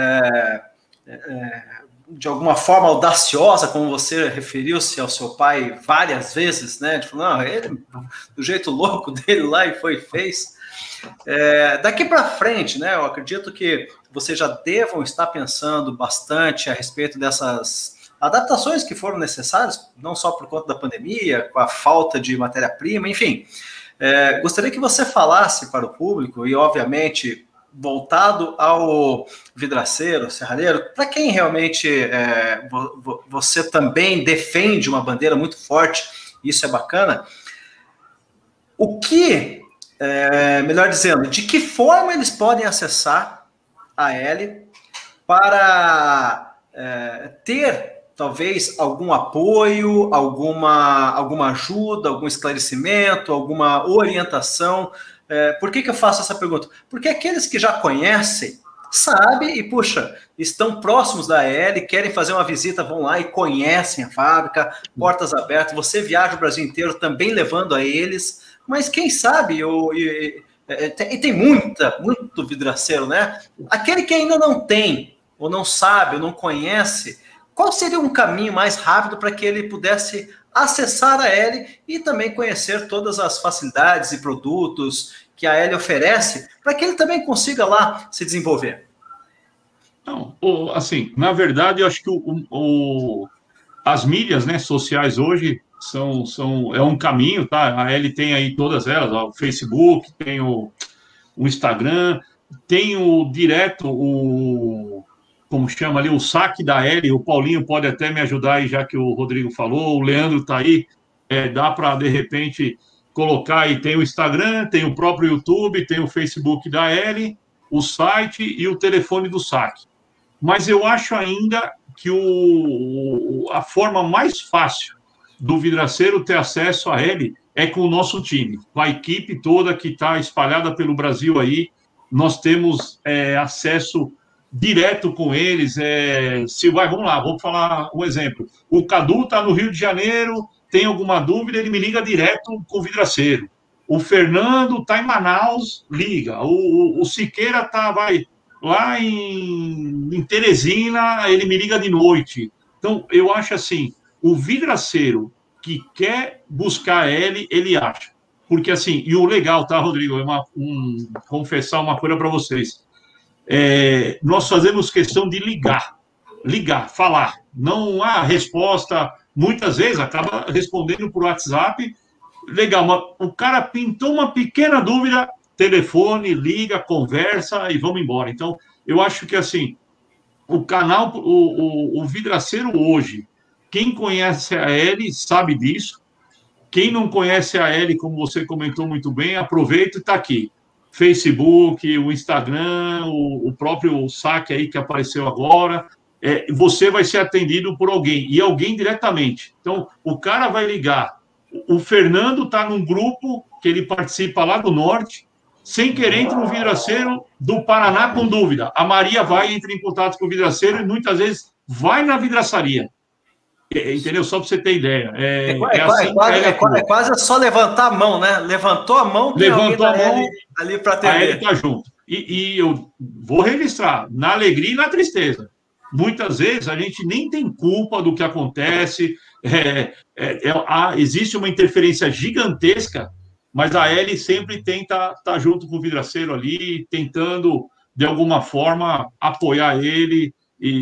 de alguma forma audaciosa, como você referiu-se ao seu pai várias vezes, né? Tipo, não, ele, do jeito louco dele lá, e fez. Daqui para frente, né? Eu acredito que vocês já devam estar pensando bastante a respeito dessas adaptações que foram necessárias, não só por conta da pandemia, com a falta de matéria-prima, enfim. Gostaria que você falasse para o público, e obviamente voltado ao vidraceiro, serralheiro, para quem realmente você também defende uma bandeira muito forte, isso é bacana, o que, melhor dizendo, de que forma eles podem acessar a L para ter talvez algum apoio, alguma ajuda, algum esclarecimento, alguma orientação. Por que eu faço essa pergunta? Porque aqueles que já conhecem, sabem e, puxa, estão próximos da AL, querem fazer uma visita, vão lá e conhecem a fábrica, portas abertas, você viaja o Brasil inteiro também levando a eles, mas quem sabe, e tem muito vidraceiro, né? Aquele que ainda não tem, ou não sabe, ou não conhece, qual seria um caminho mais rápido para que ele pudesse acessar a AL e também conhecer todas as facilidades e produtos que a AL oferece, para que ele também consiga lá se desenvolver? Não, assim, na verdade, eu acho que as mídias, né, sociais hoje é um caminho, tá? A AL tem aí todas elas, ó, o Facebook, tem o Instagram, tem como chama ali, o saque da L, o Paulinho pode até me ajudar aí, já que o Rodrigo falou, o Leandro está aí, dá para, de repente, colocar aí, tem o Instagram, tem o próprio YouTube, tem o Facebook da L, o site e o telefone do saque. Mas eu acho ainda que a forma mais fácil do vidraceiro ter acesso a L é com o nosso time, com a equipe toda que está espalhada pelo Brasil aí, nós temos acesso direto com eles. Vamos lá, vou falar um exemplo. O Cadu está no Rio de Janeiro, tem alguma dúvida, ele me liga direto com o vidraceiro. O Fernando está em Manaus, liga. O Siqueira vai lá em Teresina, ele me liga de noite. Então, eu acho assim, o vidraceiro que quer buscar ele acha. Porque assim, e o legal, tá, Rodrigo? Confessar uma coisa para vocês. Nós fazemos questão de ligar, falar. Não há resposta, muitas vezes acaba respondendo por WhatsApp. Legal, mas o cara pintou uma pequena dúvida, telefone, liga, conversa e vamos embora. Então, eu acho que assim, o canal, o vidraceiro hoje, quem conhece a L sabe disso. Quem não conhece a L, como você comentou muito bem, aproveita e está aqui. Facebook, o Instagram, o próprio saque aí que apareceu agora, você vai ser atendido por alguém, e alguém diretamente. Então, o cara vai ligar. O Fernando está num grupo que ele participa lá do Norte, sem querer entra um vidraceiro do Paraná com dúvida. A Maria vai, entra em contato com o vidraceiro e muitas vezes vai na vidraçaria. Entendeu? Só para você ter ideia. Quase só levantar a mão, né? Levantou a mão, levantou a mão ali para atender. Aí ele está junto. E eu vou registrar, na alegria e na tristeza. Muitas vezes a gente nem tem culpa do que acontece, existe uma interferência gigantesca, mas a L sempre tenta estar junto com o vidraceiro ali, tentando, de alguma forma, apoiar ele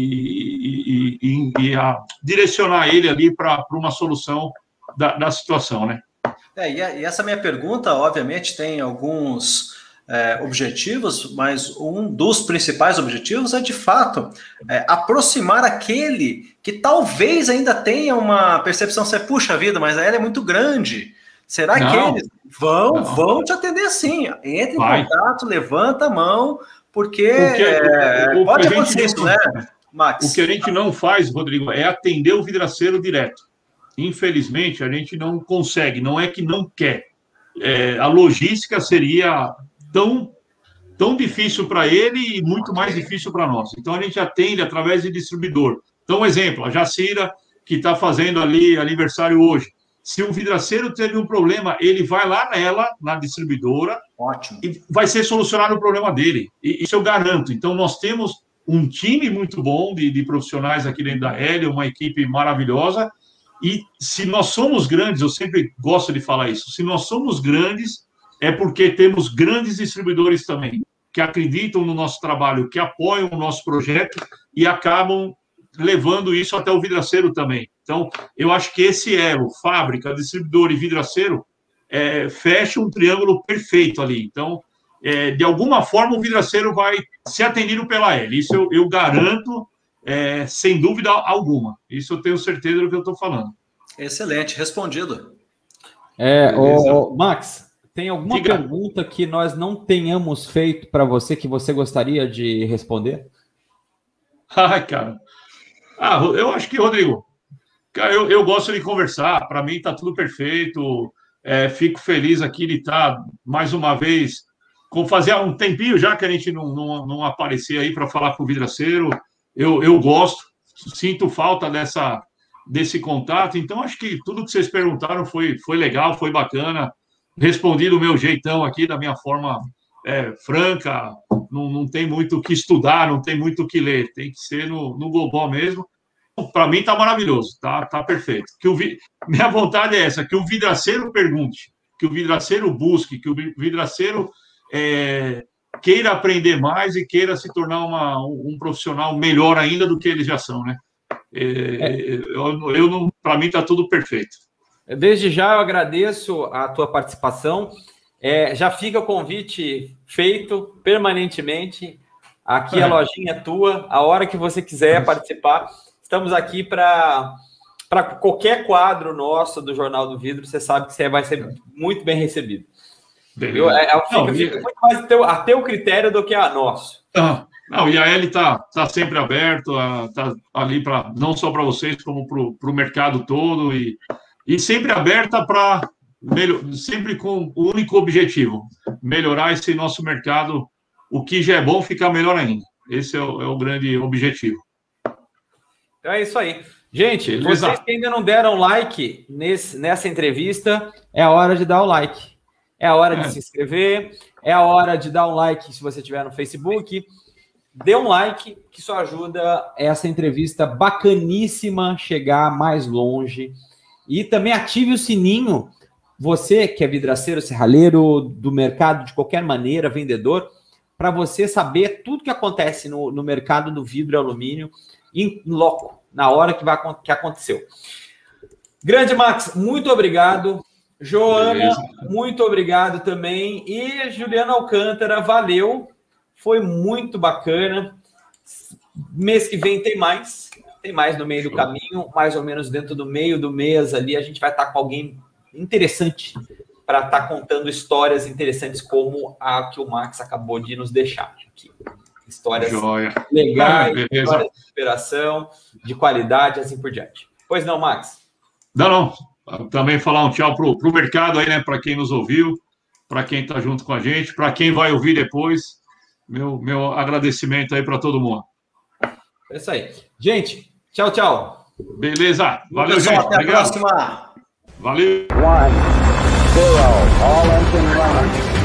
e direcionar ele ali para uma solução da situação, né? E essa minha pergunta, obviamente, tem alguns objetivos, mas um dos principais objetivos é, de fato, aproximar aquele que talvez ainda tenha uma percepção, puxa vida, mas ela é muito grande. Será que eles Vão te atender sim. Entre em contato, levanta a mão, porque pode acontecer isso, né, Max? O que a gente não faz, Rodrigo, é atender o vidraceiro direto. Infelizmente, a gente não consegue, não é que não quer. A logística seria tão difícil para ele e muito mais difícil para nós. Então, a gente atende através de distribuidor. Então, um exemplo, a Jacira, que está fazendo ali aniversário hoje. Se o vidraceiro teve um problema, ele vai lá nela, na distribuidora, ótimo, e vai ser solucionado o problema dele. E isso eu garanto. Então, nós temos um time muito bom de profissionais aqui dentro da Hélio, uma equipe maravilhosa. E se nós somos grandes, eu sempre gosto de falar isso, se nós somos grandes, é porque temos grandes distribuidores também, que acreditam no nosso trabalho, que apoiam o nosso projeto e acabam levando isso até o vidraceiro também. Então, eu acho que esse elo, fábrica, distribuidor e vidraceiro, fecha um triângulo perfeito ali. Então, de alguma forma, o vidraceiro vai ser atendido pela L. Isso eu garanto, sem dúvida alguma. Isso eu tenho certeza do que eu estou falando. Excelente, respondido. Max, tem alguma pergunta que nós não tenhamos feito para você que você gostaria de responder? Ai, cara. Eu acho que, Rodrigo, cara, eu gosto de conversar. Para mim está tudo perfeito. Fico feliz aqui de estar mais uma vez. Fazia um tempinho já que a gente não aparecia aí para falar com o vidraceiro. Eu gosto, sinto falta desse contato. Então, acho que tudo que vocês perguntaram foi legal, foi bacana. Respondi do meu jeitão aqui, da minha forma franca. Não tem muito o que estudar, não tem muito o que ler. Tem que ser no global mesmo. Para mim, está maravilhoso, tá perfeito. Minha vontade é essa, que o vidraceiro pergunte, que o vidraceiro busque, que o vidraceiro queira aprender mais e queira se tornar um profissional melhor ainda do que eles já são, né? Para mim está tudo perfeito. Desde já eu agradeço a tua participação. Já fica o convite feito permanentemente. Aqui a lojinha é tua, a hora que você quiser participar. Estamos aqui para qualquer quadro nosso do Jornal do Vidro. Você sabe que você vai ser muito bem recebido. Fica muito mais a teu critério do que a nosso. Não, e a L está sempre aberto, está ali não só para vocês, como para o mercado todo, e sempre aberta para sempre com o único objetivo: melhorar esse nosso mercado. O que já é bom, ficar melhor ainda. Esse é o grande objetivo. Então é isso aí. Gente, vocês que ainda não deram like nessa entrevista, é a hora de dar o like. É a hora de se inscrever, é a hora de dar um like se você estiver no Facebook. Dê um like, que isso ajuda essa entrevista bacaníssima chegar mais longe. E também ative o sininho. Você que é vidraceiro, serralheiro, do mercado de qualquer maneira, vendedor, para você saber tudo que acontece no mercado do vidro e alumínio em loco, na hora que aconteceu. Grande Max, muito obrigado. Joana, beleza, muito obrigado também. E Juliana Alcântara, valeu. Foi muito bacana. Mês que vem tem mais no meio do caminho, mais ou menos dentro do meio do mês ali, a gente vai estar com alguém interessante para estar contando histórias interessantes como a que o Max acabou de nos deixar aqui. Histórias legais, histórias de inspiração, de qualidade, assim por diante. Pois não, Max? Não. Também falar um tchau para o mercado aí, né? Para quem nos ouviu, para quem está junto com a gente, para quem vai ouvir depois. Meu agradecimento aí para todo mundo. É isso aí. Gente, tchau. Beleza. Valeu, gente. Até a próxima. Valeu. 1, 0, all engine running.